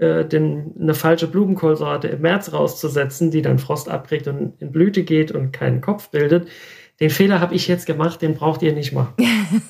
eine falsche Blumenkohlsorte im März rauszusetzen, die dann Frost abkriegt und in Blüte geht und keinen Kopf bildet. Den Fehler habe ich jetzt gemacht, den braucht ihr nicht machen.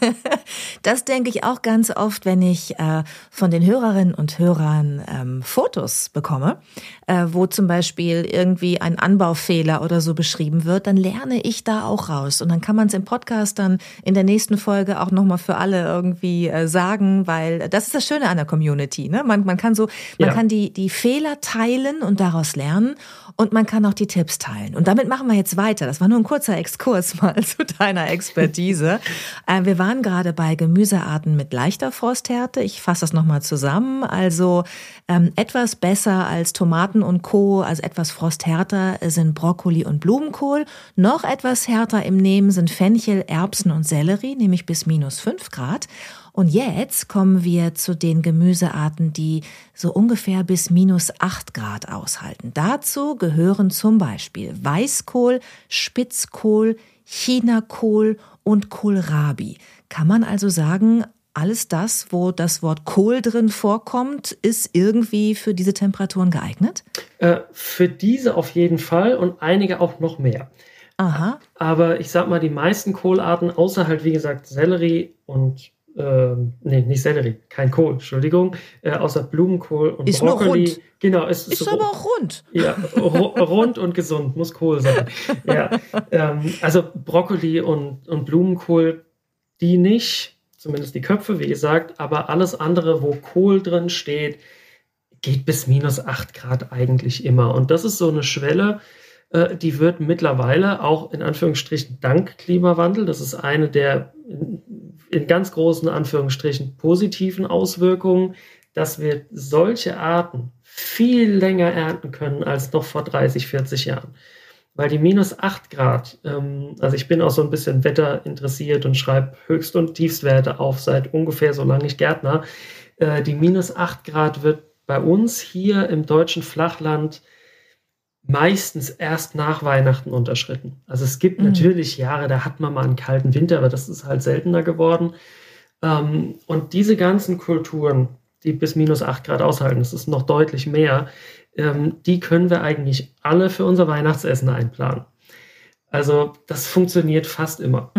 Das denke ich auch ganz oft, wenn ich von den Hörerinnen und Hörern Fotos bekomme, wo zum Beispiel irgendwie ein Anbaufehler oder so beschrieben wird, dann lerne ich da auch raus. Und dann kann man es im Podcast dann in der nächsten Folge auch nochmal für alle irgendwie sagen, weil das ist das Schöne an der Community, ne? Man kann kann die Fehler teilen und daraus lernen und man kann auch die Tipps teilen. Und damit machen wir jetzt weiter. Das war nur ein kurzer Exkurs mal zu deiner Expertise. Wir waren gerade bei Gemüsearten mit leichter Frosthärte. Ich fasse das nochmal zusammen. Also etwas besser als Tomaten und Co., also etwas frosthärter sind Brokkoli und Blumenkohl. Noch etwas härter im Nehmen sind Fenchel, Erbsen und Sellerie, nämlich bis -5 Grad. Und jetzt kommen wir zu den Gemüsearten, die so ungefähr bis -8 Grad aushalten. Dazu gehören zum Beispiel Weißkohl, Spitzkohl, Chinakohl und Kohlrabi. Kann man also sagen, alles das, wo das Wort Kohl drin vorkommt, ist irgendwie für diese Temperaturen geeignet? Für diese auf jeden Fall und einige auch noch mehr. Aha. Aber ich sag mal, die meisten Kohlarten, außer halt wie gesagt Sellerie und nicht Sellerie, kein Kohl, Entschuldigung, außer Blumenkohl und ist Brokkoli. Ist nur rund. Genau, ist aber auch rund. Ja, rund und gesund, muss Kohl sein. Ja, also Brokkoli und Blumenkohl, die nicht, zumindest die Köpfe, wie gesagt, aber alles andere, wo Kohl drin steht, geht bis -8 Grad eigentlich immer. Und das ist so eine Schwelle, die wird mittlerweile auch in Anführungsstrichen dank Klimawandel, das ist eine der in ganz großen Anführungsstrichen positiven Auswirkungen, dass wir solche Arten viel länger ernten können als noch vor 30, 40 Jahren. weil die minus 8 Grad, also ich bin auch so ein bisschen Wetter interessiert und schreibe Höchst- und Tiefstwerte auf seit ungefähr so lange ich Gärtner. Die minus 8 Grad wird bei uns hier im deutschen Flachland meistens erst nach Weihnachten unterschritten. Also es gibt natürlich Jahre, da hat man mal einen kalten Winter, aber das ist halt seltener geworden. Und diese ganzen Kulturen, die bis minus 8 Grad aushalten, das ist noch deutlich mehr, die können wir eigentlich alle für unser Weihnachtsessen einplanen. Also das funktioniert fast immer.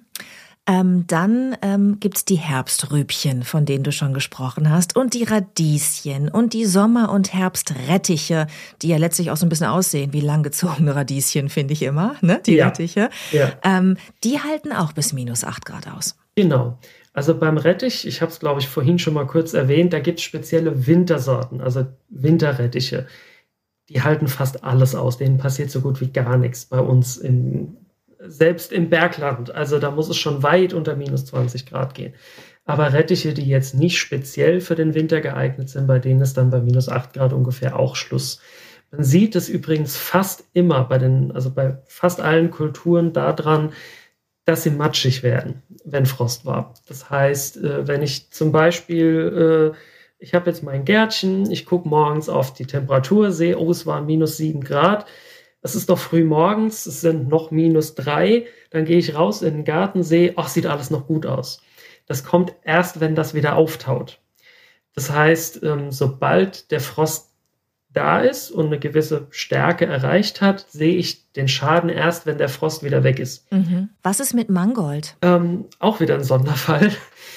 Dann gibt's die Herbstrübchen, von denen du schon gesprochen hast, und die Radieschen und die Sommer- und Herbstrettiche, die ja letztlich auch so ein bisschen aussehen wie langgezogene Radieschen, finde ich immer, ne? Die Rettiche. Ja. Die halten auch bis minus 8 Grad aus. Genau. Also beim Rettich, ich habe es, glaube ich, vorhin schon mal kurz erwähnt, da gibt es spezielle Wintersorten, also Winterrettiche. Die halten fast alles aus. Denen passiert so gut wie gar nichts bei uns selbst im Bergland. Also da muss es schon weit unter minus 20 Grad gehen. Aber Rettiche, die jetzt nicht speziell für den Winter geeignet sind, bei denen ist dann bei minus 8 Grad ungefähr auch Schluss. Man sieht es übrigens fast immer bei fast allen Kulturen daran, dass sie matschig werden, wenn Frost war. Das heißt, wenn ich zum Beispiel, ich habe jetzt mein Gärtchen, ich gucke morgens auf die Temperatur, sehe, oh, es waren minus 7 Grad, es ist doch früh morgens, es sind noch minus 3, dann gehe ich raus in den Garten, sehe, ach, sieht alles noch gut aus. Das kommt erst, wenn das wieder auftaut. Das heißt, sobald der Frost da ist und eine gewisse Stärke erreicht hat, sehe ich den Schaden erst, wenn der Frost wieder weg ist. Was ist mit Mangold? Auch wieder ein Sonderfall.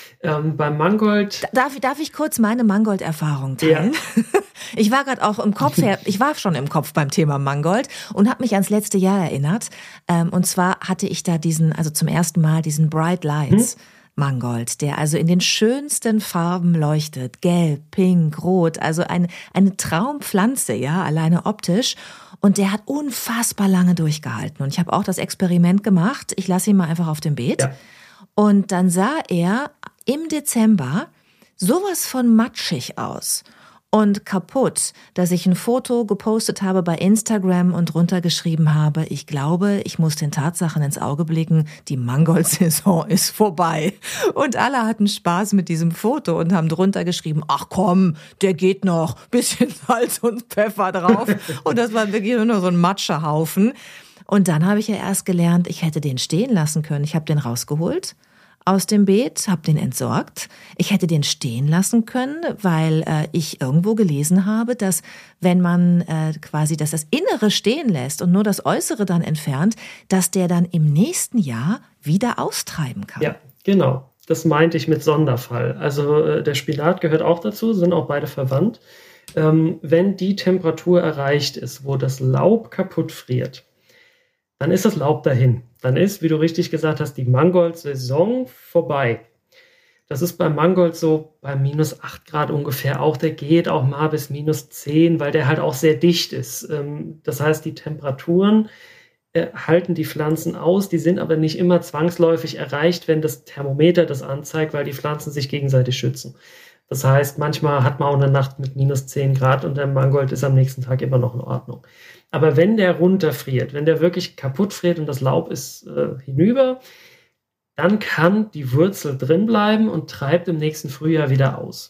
Beim Mangold... Darf ich kurz meine Mangold-Erfahrung teilen? Ja. Ich war gerade auch ich war schon im Kopf beim Thema Mangold und habe mich ans letzte Jahr erinnert. Und zwar hatte ich da zum ersten Mal diesen Bright Lights Mangold, der also in den schönsten Farben leuchtet. Gelb, pink, rot, also eine Traumpflanze, ja, alleine optisch. Und der hat unfassbar lange durchgehalten. Und ich habe auch das Experiment gemacht. Ich lasse ihn mal einfach auf dem Beet. Ja. Und dann sah er im Dezember sowas von matschig aus und kaputt, dass ich ein Foto gepostet habe bei Instagram und drunter geschrieben habe, ich glaube, ich muss den Tatsachen ins Auge blicken, die Mangold-Saison ist vorbei. Und alle hatten Spaß mit diesem Foto und haben drunter geschrieben, ach komm, der geht noch, bisschen Salz und Pfeffer drauf. Und das war wirklich nur so ein Matschehaufen. Und dann habe ich ja erst gelernt, ich hätte den stehen lassen können. Ich habe den rausgeholt aus dem Beet, habe den entsorgt. Ich hätte den stehen lassen können, weil ich irgendwo gelesen habe, dass wenn man dass das Innere stehen lässt und nur das Äußere dann entfernt, dass der dann im nächsten Jahr wieder austreiben kann. Ja, genau. Das meinte ich mit Sonderfall. Also der Spinat gehört auch dazu, sind auch beide verwandt. Wenn die Temperatur erreicht ist, wo das Laub kaputt friert, dann ist das Laub dahin. Dann ist, wie du richtig gesagt hast, die Mangold-Saison vorbei. Das ist beim Mangold so bei minus 8 Grad ungefähr auch. Der geht auch mal bis minus 10, weil der halt auch sehr dicht ist. Das heißt, die Temperaturen halten die Pflanzen aus. Die sind aber nicht immer zwangsläufig erreicht, wenn das Thermometer das anzeigt, weil die Pflanzen sich gegenseitig schützen. Das heißt, manchmal hat man auch eine Nacht mit minus 10 Grad und der Mangold ist am nächsten Tag immer noch in Ordnung. Aber wenn der runterfriert, wenn der wirklich kaputt friert und das Laub ist hinüber, dann kann die Wurzel drin bleiben und treibt im nächsten Frühjahr wieder aus.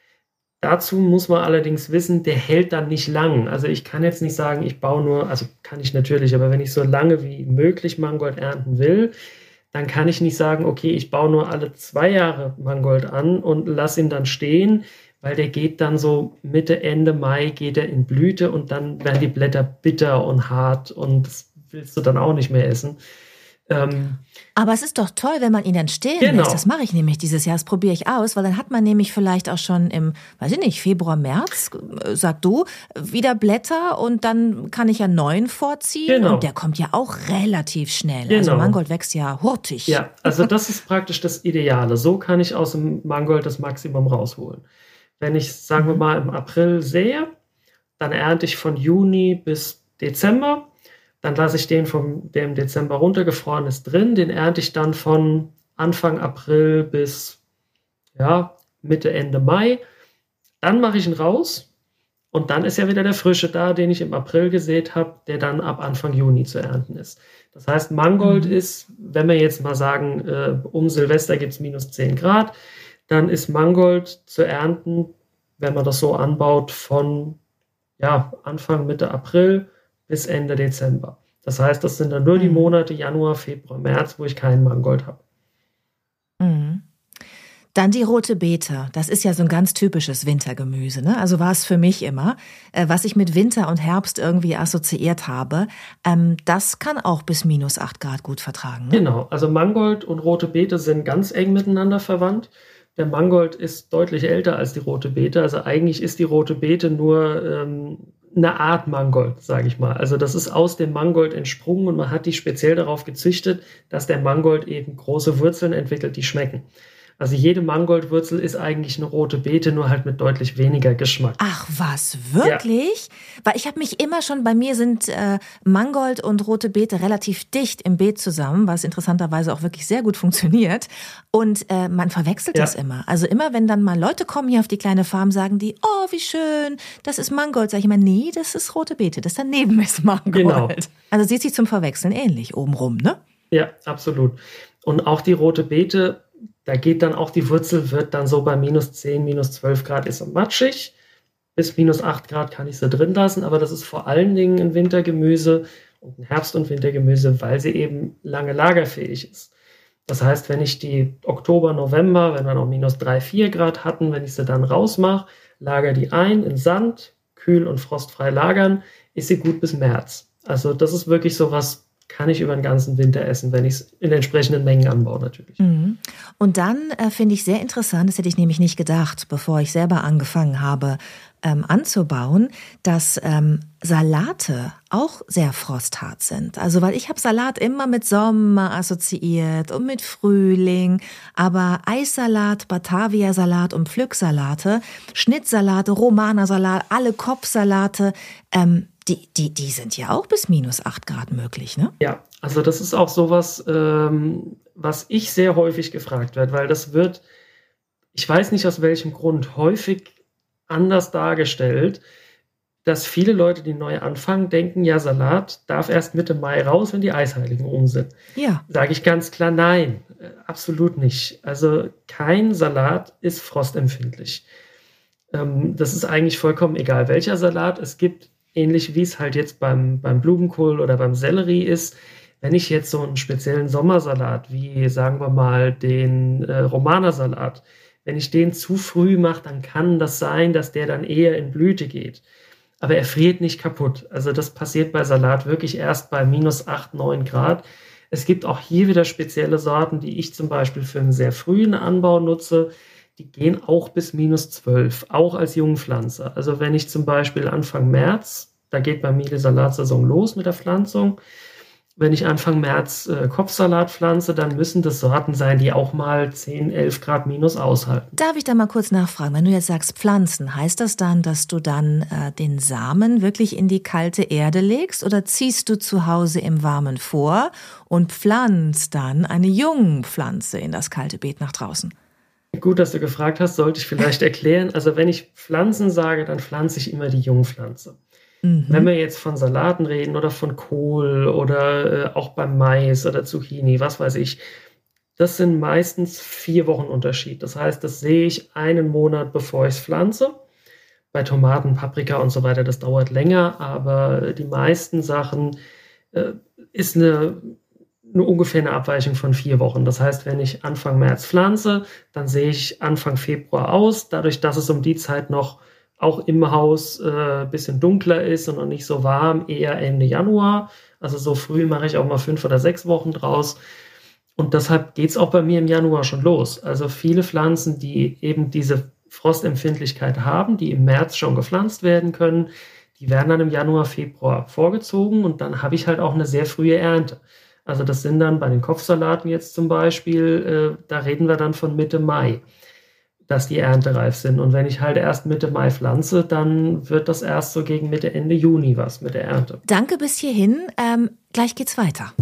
Dazu muss man allerdings wissen, der hält dann nicht lang. Also ich kann jetzt nicht sagen, ich baue nur, also kann ich natürlich, aber wenn ich so lange wie möglich Mangold ernten will, dann kann ich nicht sagen, okay, ich baue nur alle 2 Jahre Mangold an und lasse ihn dann stehen, weil der geht dann so Mitte, Ende Mai geht er in Blüte und dann werden die Blätter bitter und hart und das willst du dann auch nicht mehr essen. Aber es ist doch toll, wenn man ihn dann stehen lässt. Das mache ich nämlich dieses Jahr, das probiere ich aus, weil dann hat man nämlich vielleicht auch schon im, weiß ich nicht, Februar, März, sag du, wieder Blätter und dann kann ich ja neuen vorziehen und der kommt ja auch relativ schnell. Genau. Also Mangold wächst ja hurtig. Ja, also das ist praktisch das Ideale. So kann ich aus dem Mangold das Maximum rausholen. Wenn ich, sagen wir mal, im April sähe, dann ernte ich von Juni bis Dezember. Dann lasse ich den der im Dezember runtergefroren ist, drin. Den ernte ich dann von Anfang April bis Mitte, Ende Mai. Dann mache ich ihn raus Und dann ist ja wieder der Frische da, den ich im April gesät habe, der dann ab Anfang Juni zu ernten ist. Das heißt, Mangold ist, wenn wir jetzt mal sagen, um Silvester gibt es -10 Grad, dann ist Mangold zu ernten, wenn man das so anbaut, von Anfang, Mitte April bis Ende Dezember. Das heißt, das sind dann nur die Monate Januar, Februar, März, wo ich keinen Mangold habe. Mhm. Dann die rote Beete. Das ist ja so ein ganz typisches Wintergemüse, ne? Also war es für mich immer, was ich mit Winter und Herbst irgendwie assoziiert habe. Das kann auch bis -8 Grad gut vertragen, ne? Genau, also Mangold und rote Beete sind ganz eng miteinander verwandt. Der Mangold ist deutlich älter als die rote Beete. Also eigentlich ist die rote Beete nur eine Art Mangold, sage ich mal. Also das ist aus dem Mangold entsprungen und man hat die speziell darauf gezüchtet, dass der Mangold eben große Wurzeln entwickelt, die schmecken. Also jede Mangoldwurzel ist eigentlich eine rote Beete, nur halt mit deutlich weniger Geschmack. Ach was, wirklich? Ja. Weil ich habe mich immer schon, bei mir sind Mangold und rote Beete relativ dicht im Beet zusammen, was interessanterweise auch wirklich sehr gut funktioniert. Und man verwechselt das immer. Also immer, wenn dann mal Leute kommen hier auf die kleine Farm, sagen die, oh, wie schön, das ist Mangold. Sag ich immer, nee, das ist rote Beete, das daneben ist Mangold. Genau. Also sieht sich zum Verwechseln ähnlich obenrum, ne? Ja, absolut. Und auch die rote Beete, da geht dann auch die Wurzel, wird dann so bei -10, -12 Grad ist so matschig. Bis -8 Grad kann ich sie drin lassen, aber das ist vor allen Dingen ein Wintergemüse und ein Herbst- und Wintergemüse, weil sie eben lange lagerfähig ist. Das heißt, wenn ich die Oktober, November, wenn wir noch -3, 4 Grad hatten, wenn ich sie dann rausmache, lagere die ein in Sand, kühl und frostfrei lagern, ist sie gut bis März. Also das ist wirklich so was, kann ich über den ganzen Winter essen, wenn ich es in entsprechenden Mengen anbaue natürlich. Und dann finde ich sehr interessant, das hätte ich nämlich nicht gedacht, bevor ich selber angefangen habe anzubauen, dass Salate auch sehr frosthart sind. Also weil ich habe Salat immer mit Sommer assoziiert und mit Frühling, aber Eissalat, Batavia-Salat und Pflücksalate, Schnittsalate, Romanersalat, alle Kopfsalate, die sind ja auch bis -8 Grad möglich, ne? Ja, also das ist auch sowas, was ich sehr häufig gefragt werde, weil das wird, ich weiß nicht aus welchem Grund, häufig anders dargestellt, dass viele Leute, die neu anfangen, denken, ja, Salat darf erst Mitte Mai raus, wenn die Eisheiligen um sind. Ja. Sage ich ganz klar, nein, absolut nicht. Also kein Salat ist frostempfindlich. Das ist eigentlich vollkommen egal, welcher Salat. Es gibt, ähnlich wie es halt jetzt beim Blumenkohl oder beim Sellerie ist, wenn ich jetzt so einen speziellen Sommersalat, wie sagen wir mal den Romanersalat, wenn ich den zu früh mache, dann kann das sein, dass der dann eher in Blüte geht. Aber er friert nicht kaputt. Also das passiert bei Salat wirklich erst bei -8, 9 Grad. Es gibt auch hier wieder spezielle Sorten, die ich zum Beispiel für einen sehr frühen Anbau nutze. Die gehen auch bis -12, auch als Jungpflanze. Also wenn ich zum Beispiel Anfang März, da geht bei mir die Salatsaison los mit der Pflanzung, wenn ich Anfang März Kopfsalat pflanze, dann müssen das Sorten sein, die auch mal 10, 11 Grad minus aushalten. Darf ich da mal kurz nachfragen? Wenn du jetzt sagst pflanzen, heißt das dann, dass du dann den Samen wirklich in die kalte Erde legst oder ziehst du zu Hause im Warmen vor und pflanzt dann eine Jungpflanze in das kalte Beet nach draußen? Gut, dass du gefragt hast, sollte ich vielleicht erklären. Also wenn ich Pflanzen sage, dann pflanze ich immer die Jungpflanze. Wenn wir jetzt von Salaten reden oder von Kohl oder auch beim Mais oder Zucchini, was weiß ich, das sind meistens 4 Wochen Unterschied. Das heißt, das sehe ich einen Monat, bevor ich es pflanze. Bei Tomaten, Paprika und so weiter, das dauert länger, aber die meisten Sachen ist eine ungefähr eine Abweichung von 4 Wochen. Das heißt, wenn ich Anfang März pflanze, dann sehe ich Anfang Februar aus, dadurch, dass es um die Zeit noch auch im Haus ein bisschen dunkler ist und noch nicht so warm, eher Ende Januar. Also so früh mache ich auch mal 5 oder 6 Wochen draus. Und deshalb geht es auch bei mir im Januar schon los. Also viele Pflanzen, die eben diese Frostempfindlichkeit haben, die im März schon gepflanzt werden können, die werden dann im Januar, Februar vorgezogen und dann habe ich halt auch eine sehr frühe Ernte. Also das sind dann bei den Kopfsalaten jetzt zum Beispiel, da reden wir dann von Mitte Mai, dass die erntereif sind. Und wenn ich halt erst Mitte Mai pflanze, dann wird das erst so gegen Mitte, Ende Juni was mit der Ernte. Danke bis hierhin. Gleich geht's weiter.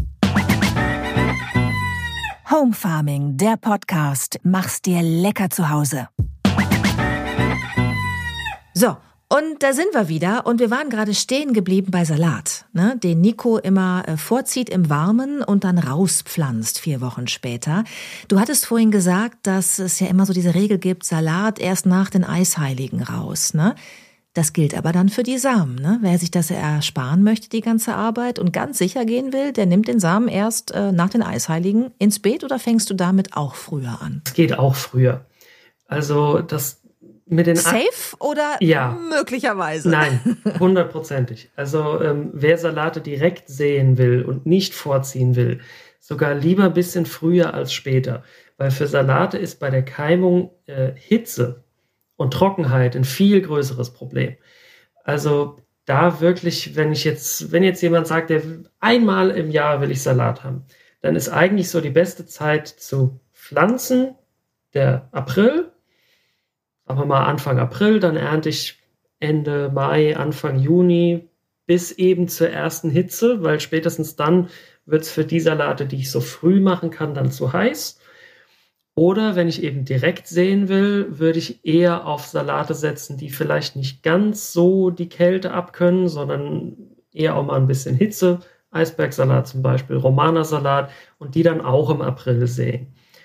Home Farming, der Podcast. Mach's dir lecker zu Hause. So, Und da sind wir wieder und wir waren gerade stehen geblieben bei Salat, ne, den Nico immer vorzieht im Warmen und dann rauspflanzt 4 Wochen später. Du hattest vorhin gesagt, dass es ja immer so diese Regel gibt, Salat erst nach den Eisheiligen raus, ne? Das gilt aber dann für die Samen, ne? Wer sich das ersparen möchte, die ganze Arbeit und ganz sicher gehen will, der nimmt den Samen erst nach den Eisheiligen ins Beet oder fängst du damit auch früher an? Es geht auch früher. Also das mit den Safe oder möglicherweise? Nein, 100%. Also wer Salate direkt säen will und nicht vorziehen will, sogar lieber ein bisschen früher als später. Weil für Salate ist bei der Keimung Hitze und Trockenheit ein viel größeres Problem. Also da wirklich, wenn jetzt jemand sagt, der einmal im Jahr will ich Salat haben, dann ist eigentlich so die beste Zeit zu pflanzen, der April, sagen wir mal Anfang April, dann ernte ich Ende Mai, Anfang Juni bis eben zur ersten Hitze, weil spätestens dann wird es für die Salate, die ich so früh machen kann, dann zu heiß. Oder wenn ich eben direkt säen will, würde ich eher auf Salate setzen, die vielleicht nicht ganz so die Kälte abkönnen, sondern eher auch mal ein bisschen Hitze. Eisbergsalat zum Beispiel, Romanersalat und die dann auch im April säen.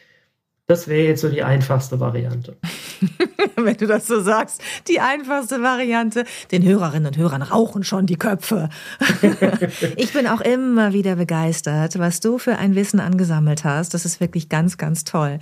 Das wäre jetzt so die einfachste Variante. Wenn du das so sagst, die einfachste Variante. Den Hörerinnen und Hörern rauchen schon die Köpfe. Ich bin auch immer wieder begeistert, was du für ein Wissen angesammelt hast. Das ist wirklich ganz, ganz toll.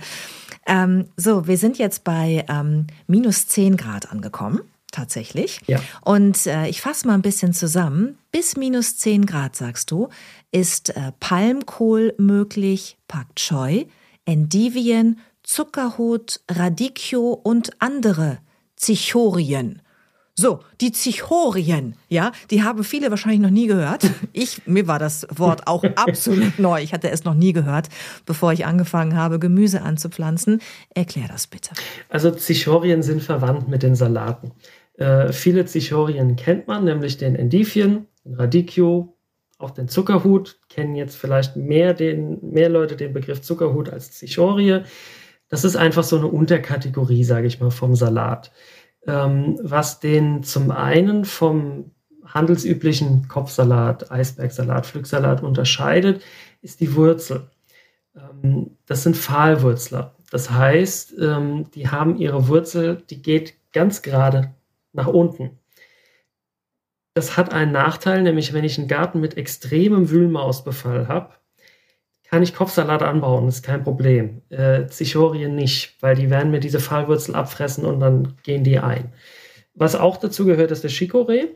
So, wir sind jetzt bei minus 10 Grad angekommen. Tatsächlich. Ja. Und ich fasse mal ein bisschen zusammen. Bis minus 10 Grad, sagst du, ist Palmkohl möglich, Pak Choi, Endivien, Zuckerhut, Radicchio und andere Cichorien. So, die Cichorien, ja, die haben viele wahrscheinlich noch nie gehört. Mir war das Wort auch absolut neu. Ich hatte es noch nie gehört, bevor ich angefangen habe, Gemüse anzupflanzen. Erklär das bitte. Also Cichorien sind verwandt mit den Salaten. Viele Cichorien kennt man, nämlich den Endivien, den Radicchio, auch den Zuckerhut. Kennen jetzt vielleicht mehr Leute den Begriff Zuckerhut als Cichorie. Das ist einfach so eine Unterkategorie, sage ich mal, vom Salat. Was den zum einen vom handelsüblichen Kopfsalat, Eisbergsalat, Pflücksalat unterscheidet, ist die Wurzel. Das sind Pfahlwurzler. Das heißt, die haben ihre Wurzel, die geht ganz gerade nach unten. Das hat einen Nachteil, nämlich wenn ich einen Garten mit extremem Wühlmausbefall habe, kann ich Kopfsalat anbauen, das ist kein Problem. Cichorien nicht, weil die werden mir diese Pfahlwurzel abfressen und dann gehen die ein. Was auch dazu gehört, ist der Chicorée.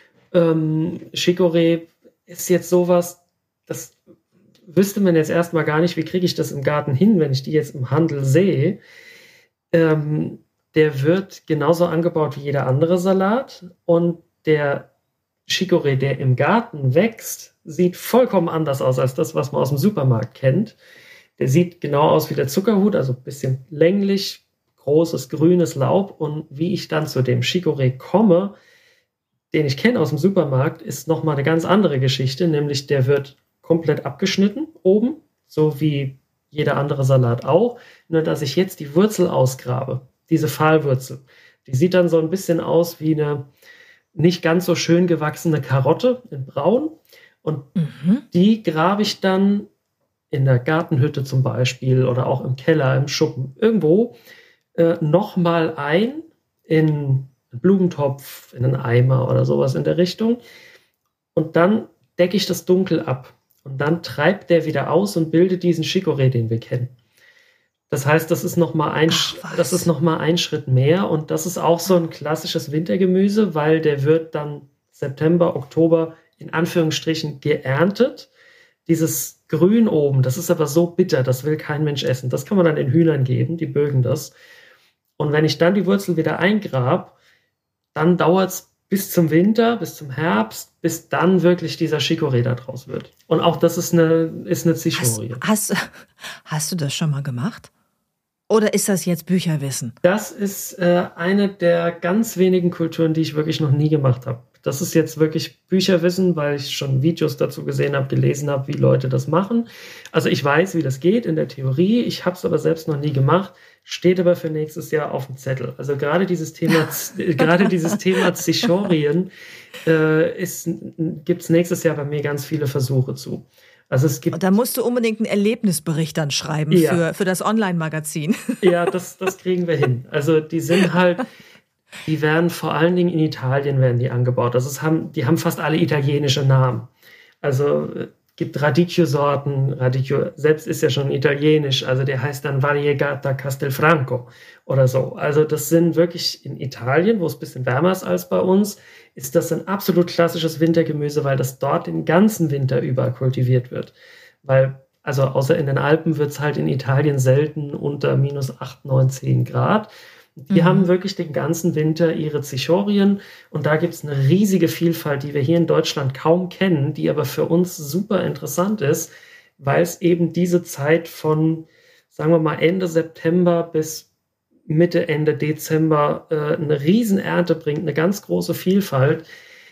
Chicorée ist jetzt sowas, das wüsste man jetzt erstmal gar nicht, wie kriege ich das im Garten hin, wenn ich die jetzt im Handel sehe. Der wird genauso angebaut wie jeder andere Salat und der Chicorée, der im Garten wächst, sieht vollkommen anders aus als das, was man aus dem Supermarkt kennt. Der sieht genau aus wie der Zuckerhut, also ein bisschen länglich, großes grünes Laub. Und wie ich dann zu dem Chicorée komme, den ich kenne aus dem Supermarkt, ist nochmal eine ganz andere Geschichte, nämlich der wird komplett abgeschnitten oben, so wie jeder andere Salat auch. Nur dass ich jetzt die Wurzel ausgrabe, diese Pfahlwurzel, die sieht dann so ein bisschen aus wie eine nicht ganz so schön gewachsene Karotte in Braun. Und die grabe ich dann in der Gartenhütte zum Beispiel oder auch im Keller, im Schuppen, irgendwo nochmal ein in einen Blumentopf, in einen Eimer oder sowas in der Richtung. Und dann decke ich das dunkel ab. Und dann treibt der wieder aus und bildet diesen Chicorée, den wir kennen. Das heißt, das ist nochmal ein Schritt mehr. Und das ist auch so ein klassisches Wintergemüse, weil der wird dann September, Oktober in Anführungsstrichen geerntet. Dieses Grün oben, das ist aber so bitter, das will kein Mensch essen. Das kann man dann den Hühnern geben, die mögen das. Und wenn ich dann die Wurzel wieder eingrab, dann dauert es bis zum Winter, bis zum Herbst, bis dann wirklich dieser Chicorée da draus wird. Und auch das ist eine Cichorie. Hast du das schon mal gemacht? Oder ist das jetzt Bücherwissen? Das ist eine der ganz wenigen Kulturen, die ich wirklich noch nie gemacht habe. Das ist jetzt wirklich Bücherwissen, weil ich schon Videos dazu gesehen habe, gelesen habe, wie Leute das machen. Also ich weiß, wie das geht in der Theorie. Ich habe es aber selbst noch nie gemacht. Steht aber für nächstes Jahr auf dem Zettel. Also gerade dieses Thema Cichorien gibt es nächstes Jahr bei mir ganz viele Versuche zu. Also es gibt, und da musst du unbedingt einen Erlebnisbericht dann schreiben für das Online-Magazin. Ja, das kriegen wir hin. Also die werden vor allen Dingen in Italien werden die angebaut. Die haben fast alle italienische Namen. Also gibt Radicchio-Sorten. Radicchio selbst ist ja schon italienisch. Also der heißt dann Variegata Castelfranco oder so. Also das sind wirklich in Italien, wo es ein bisschen wärmer ist als bei uns, ist das ein absolut klassisches Wintergemüse, weil das dort den ganzen Winter über kultiviert wird. Also außer in den Alpen wird es halt in Italien selten unter minus 8, 9, 10 Grad. Die haben wirklich den ganzen Winter ihre Cichorien und da gibt es eine riesige Vielfalt, die wir hier in Deutschland kaum kennen, die aber für uns super interessant ist, weil es eben diese Zeit von, sagen wir mal, Ende September bis Mitte, Ende Dezember eine Riesenernte bringt, eine ganz große Vielfalt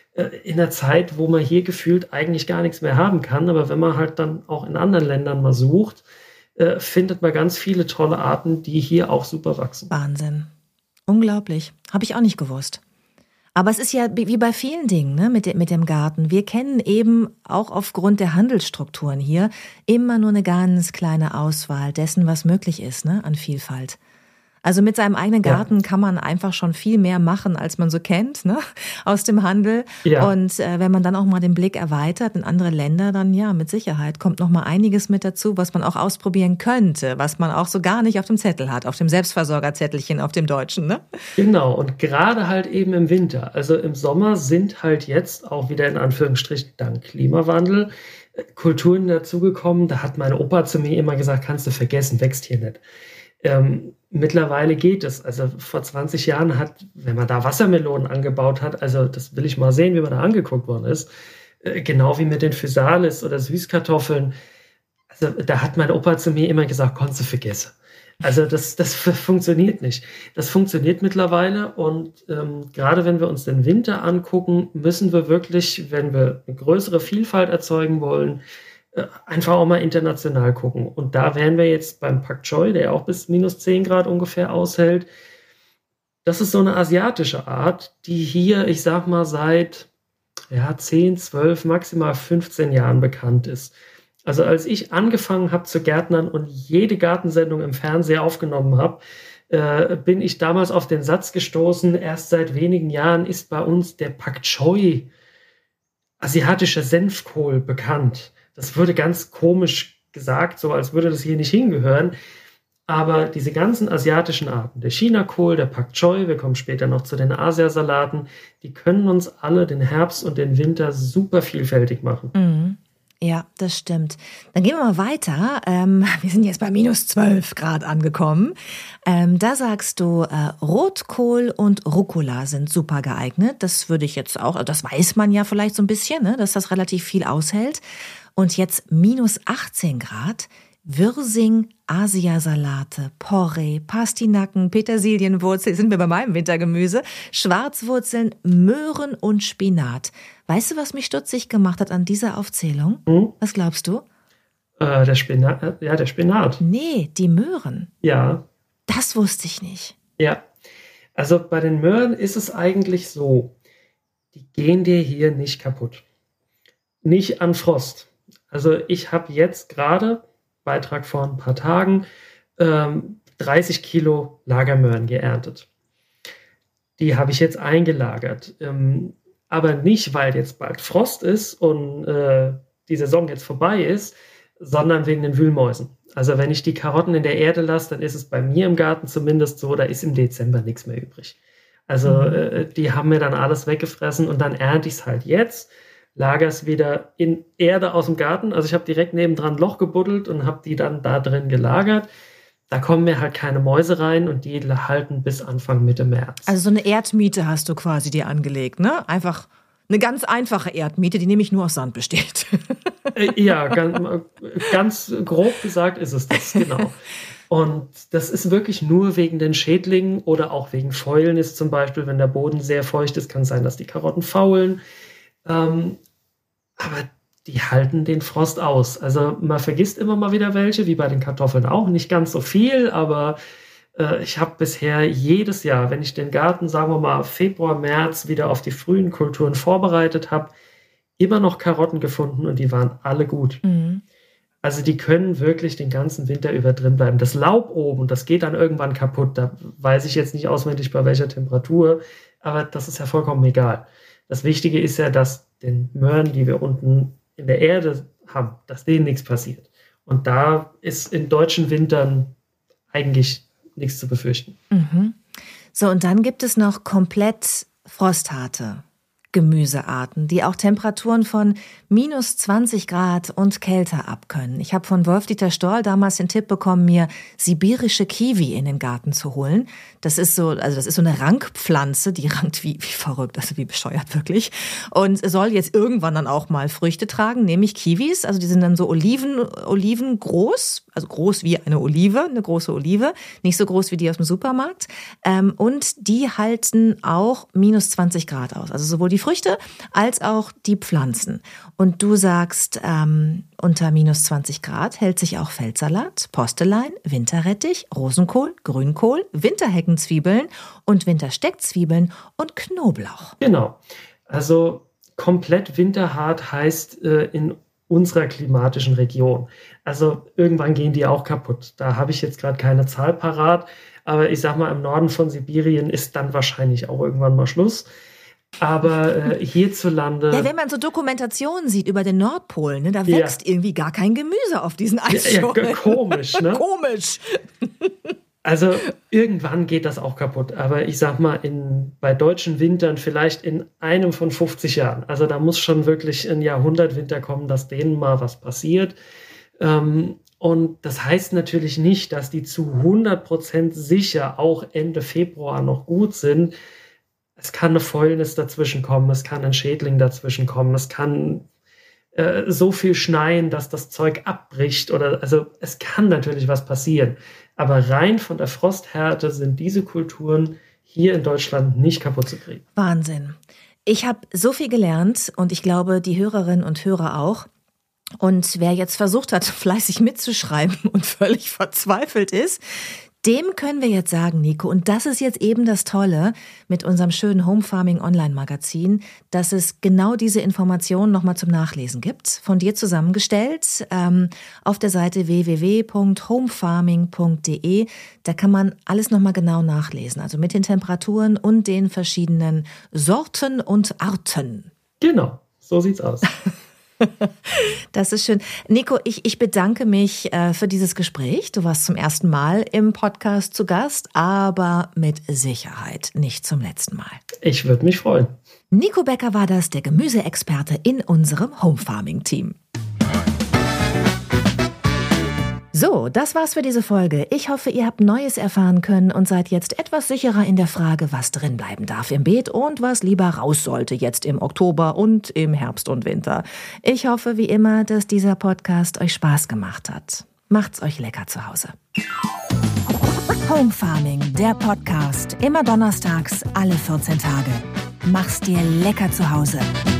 in der Zeit, wo man hier gefühlt eigentlich gar nichts mehr haben kann. Aber wenn man halt dann auch in anderen Ländern mal sucht, findet man ganz viele tolle Arten, die hier auch super wachsen. Wahnsinn. Unglaublich. Habe ich auch nicht gewusst. Aber es ist ja wie bei vielen Dingen, ne, mit dem Garten. Wir kennen eben auch aufgrund der Handelsstrukturen hier immer nur eine ganz kleine Auswahl dessen, was möglich ist, ne, an Vielfalt. Also mit seinem eigenen Garten kann man einfach schon viel mehr machen, als man so kennt, ne, aus dem Handel. Ja. Und wenn man dann auch mal den Blick erweitert in andere Länder, dann ja, mit Sicherheit kommt noch mal einiges mit dazu, was man auch ausprobieren könnte, was man auch so gar nicht auf dem Zettel hat, auf dem Selbstversorgerzettelchen, auf dem Deutschen, ne? Genau, und gerade halt eben im Winter. Also im Sommer sind halt jetzt auch wieder in Anführungsstrichen dank Klimawandel Kulturen dazugekommen. Da hat meine Opa zu mir immer gesagt, kannst du vergessen, wächst hier nicht. Mittlerweile geht es. Also vor 20 Jahren wenn man da Wassermelonen angebaut hat, also das will ich mal sehen, wie man da angeguckt worden ist, genau wie mit den Physalis oder Süßkartoffeln. Also da hat mein Opa zu mir immer gesagt, kannst du vergessen. Also das funktioniert nicht. Das funktioniert mittlerweile und gerade wenn wir uns den Winter angucken, müssen wir wirklich, wenn wir eine größere Vielfalt erzeugen wollen, einfach auch mal international gucken. Und da wären wir jetzt beim Pak Choi, der auch bis minus 10 Grad ungefähr aushält. Das ist so eine asiatische Art, die hier, ich sag mal, seit 10, 12, maximal 15 Jahren bekannt ist. Also als ich angefangen habe zu gärtnern und jede Gartensendung im Fernsehen aufgenommen habe, bin ich damals auf den Satz gestoßen, erst seit wenigen Jahren ist bei uns der Pak Choi, asiatischer Senfkohl, bekannt. Das wurde ganz komisch gesagt, so als würde das hier nicht hingehören. Aber diese ganzen asiatischen Arten, der Chinakohl, der Pak Choi, wir kommen später noch zu den Asiasalaten, die können uns alle den Herbst und den Winter super vielfältig machen. Mhm. Ja, das stimmt. Dann gehen wir mal weiter. Wir sind jetzt bei minus 12 Grad angekommen. Da sagst du, Rotkohl und Rucola sind super geeignet. Das würde ich jetzt auch, das weiß man ja vielleicht so ein bisschen, ne, dass das relativ viel aushält. Und jetzt minus 18 Grad, Wirsing, Asiasalate, Porree, Pastinaken, Petersilienwurzel, sind wir bei meinem Wintergemüse, Schwarzwurzeln, Möhren und Spinat. Weißt du, was mich stutzig gemacht hat an dieser Aufzählung? Was glaubst du? Der Spinat. Ja, der Spinat. Nee, die Möhren. Ja. Das wusste ich nicht. Ja, also bei den Möhren ist es eigentlich so, die gehen dir hier nicht kaputt. Nicht an Frost. Also ich habe jetzt gerade, Beitrag vor ein paar Tagen, 30 Kilo Lagermöhren geerntet. Die habe ich jetzt eingelagert. Aber nicht, weil jetzt bald Frost ist und die Saison jetzt vorbei ist, sondern wegen den Wühlmäusen. Also wenn ich die Karotten in der Erde lasse, dann ist es bei mir im Garten zumindest so, da ist im Dezember nichts mehr übrig. Also die haben mir dann alles weggefressen und dann ernte ich es halt jetzt, lager es wieder in Erde aus dem Garten. Also ich habe direkt nebendran ein Loch gebuddelt und habe die dann da drin gelagert. Da kommen mir halt keine Mäuse rein und die halten bis Anfang Mitte März. Also so eine Erdmiete hast du quasi dir angelegt, ne? Einfach eine ganz einfache Erdmiete, die nämlich nur aus Sand besteht. Ja, ganz grob gesagt ist es das, genau. Und das ist wirklich nur wegen den Schädlingen oder auch wegen Fäulnis zum Beispiel. Wenn der Boden sehr feucht ist, kann es sein, dass die Karotten faulen. Aber die halten den Frost aus. Also man vergisst immer mal wieder welche, wie bei den Kartoffeln auch. Nicht ganz so viel, aber ich habe bisher jedes Jahr, wenn ich den Garten, sagen wir mal, Februar, März wieder auf die frühen Kulturen vorbereitet habe, immer noch Karotten gefunden und die waren alle gut. Mhm. Also die können wirklich den ganzen Winter über drin bleiben. Das Laub oben, das geht dann irgendwann kaputt. Da weiß ich jetzt nicht auswendig, bei welcher Temperatur, aber das ist ja vollkommen egal. Das Wichtige ist ja, dass den Möhren, die wir unten in der Erde haben, dass denen nichts passiert. Und da ist in deutschen Wintern eigentlich nichts zu befürchten. Mhm. So, und dann gibt es noch komplett frostharte Gemüsearten, die auch Temperaturen von minus 20 Grad und kälter abkönnen. Ich habe von Wolf-Dieter Storl damals den Tipp bekommen, mir sibirische Kiwi in den Garten zu holen. Das ist so eine Rankpflanze, die rankt wie verrückt, also wie bescheuert wirklich. Und soll jetzt irgendwann dann auch mal Früchte tragen, nämlich Kiwis. Also die sind dann so Oliven groß, also groß wie eine große Olive, nicht so groß wie die aus dem Supermarkt. Und die halten auch minus 20 Grad aus. Also sowohl die Früchte als auch die Pflanzen. Und du sagst, unter minus 20 Grad hält sich auch Feldsalat, Postelein, Winterrettich, Rosenkohl, Grünkohl, Winterheckenzwiebeln und Wintersteckzwiebeln und Knoblauch. Genau. Also komplett winterhart heißt in unserer klimatischen Region. Also irgendwann gehen die auch kaputt. Da habe ich jetzt gerade keine Zahl parat, aber ich sag mal, im Norden von Sibirien ist dann wahrscheinlich auch irgendwann mal Schluss. Aber hierzulande... Ja, wenn man so Dokumentationen sieht über den Nordpol, ne, da wächst irgendwie gar kein Gemüse auf diesen Eisschollen. Ja, komisch, ne? Komisch. Also irgendwann geht das auch kaputt. Aber ich sag mal, bei deutschen Wintern vielleicht in einem von 50 Jahren. Also da muss schon wirklich ein Jahrhundertwinter kommen, dass denen mal was passiert. Und das heißt natürlich nicht, dass die zu 100% sicher auch Ende Februar noch gut sind. Es kann eine Fäulnis dazwischen kommen, es kann ein Schädling dazwischen kommen, es kann so viel schneien, dass das Zeug abbricht. Also es kann natürlich was passieren. Aber rein von der Frosthärte sind diese Kulturen hier in Deutschland nicht kaputt zu kriegen. Wahnsinn. Ich habe so viel gelernt und ich glaube, die Hörerinnen und Hörer auch. Und wer jetzt versucht hat, fleißig mitzuschreiben und völlig verzweifelt ist, dem können wir jetzt sagen, Nico, und das ist jetzt eben das Tolle mit unserem schönen Home Farming Online-Magazin, dass es genau diese Informationen nochmal zum Nachlesen gibt, von dir zusammengestellt, auf der Seite www.homefarming.de. Da kann man alles nochmal genau nachlesen, also mit den Temperaturen und den verschiedenen Sorten und Arten. Genau, so sieht's aus. Das ist schön. Nico, ich bedanke mich für dieses Gespräch. Du warst zum ersten Mal im Podcast zu Gast, aber mit Sicherheit nicht zum letzten Mal. Ich würde mich freuen. Nico Becker war das, der Gemüseexperte in unserem Home Farming Team. So, das war's für diese Folge. Ich hoffe, ihr habt Neues erfahren können und seid jetzt etwas sicherer in der Frage, was drin bleiben darf im Beet und was lieber raus sollte jetzt im Oktober und im Herbst und Winter. Ich hoffe, wie immer, dass dieser Podcast euch Spaß gemacht hat. Macht's euch lecker zu Hause. Home Farming, der Podcast. Immer donnerstags, alle 14 Tage. Mach's dir lecker zu Hause.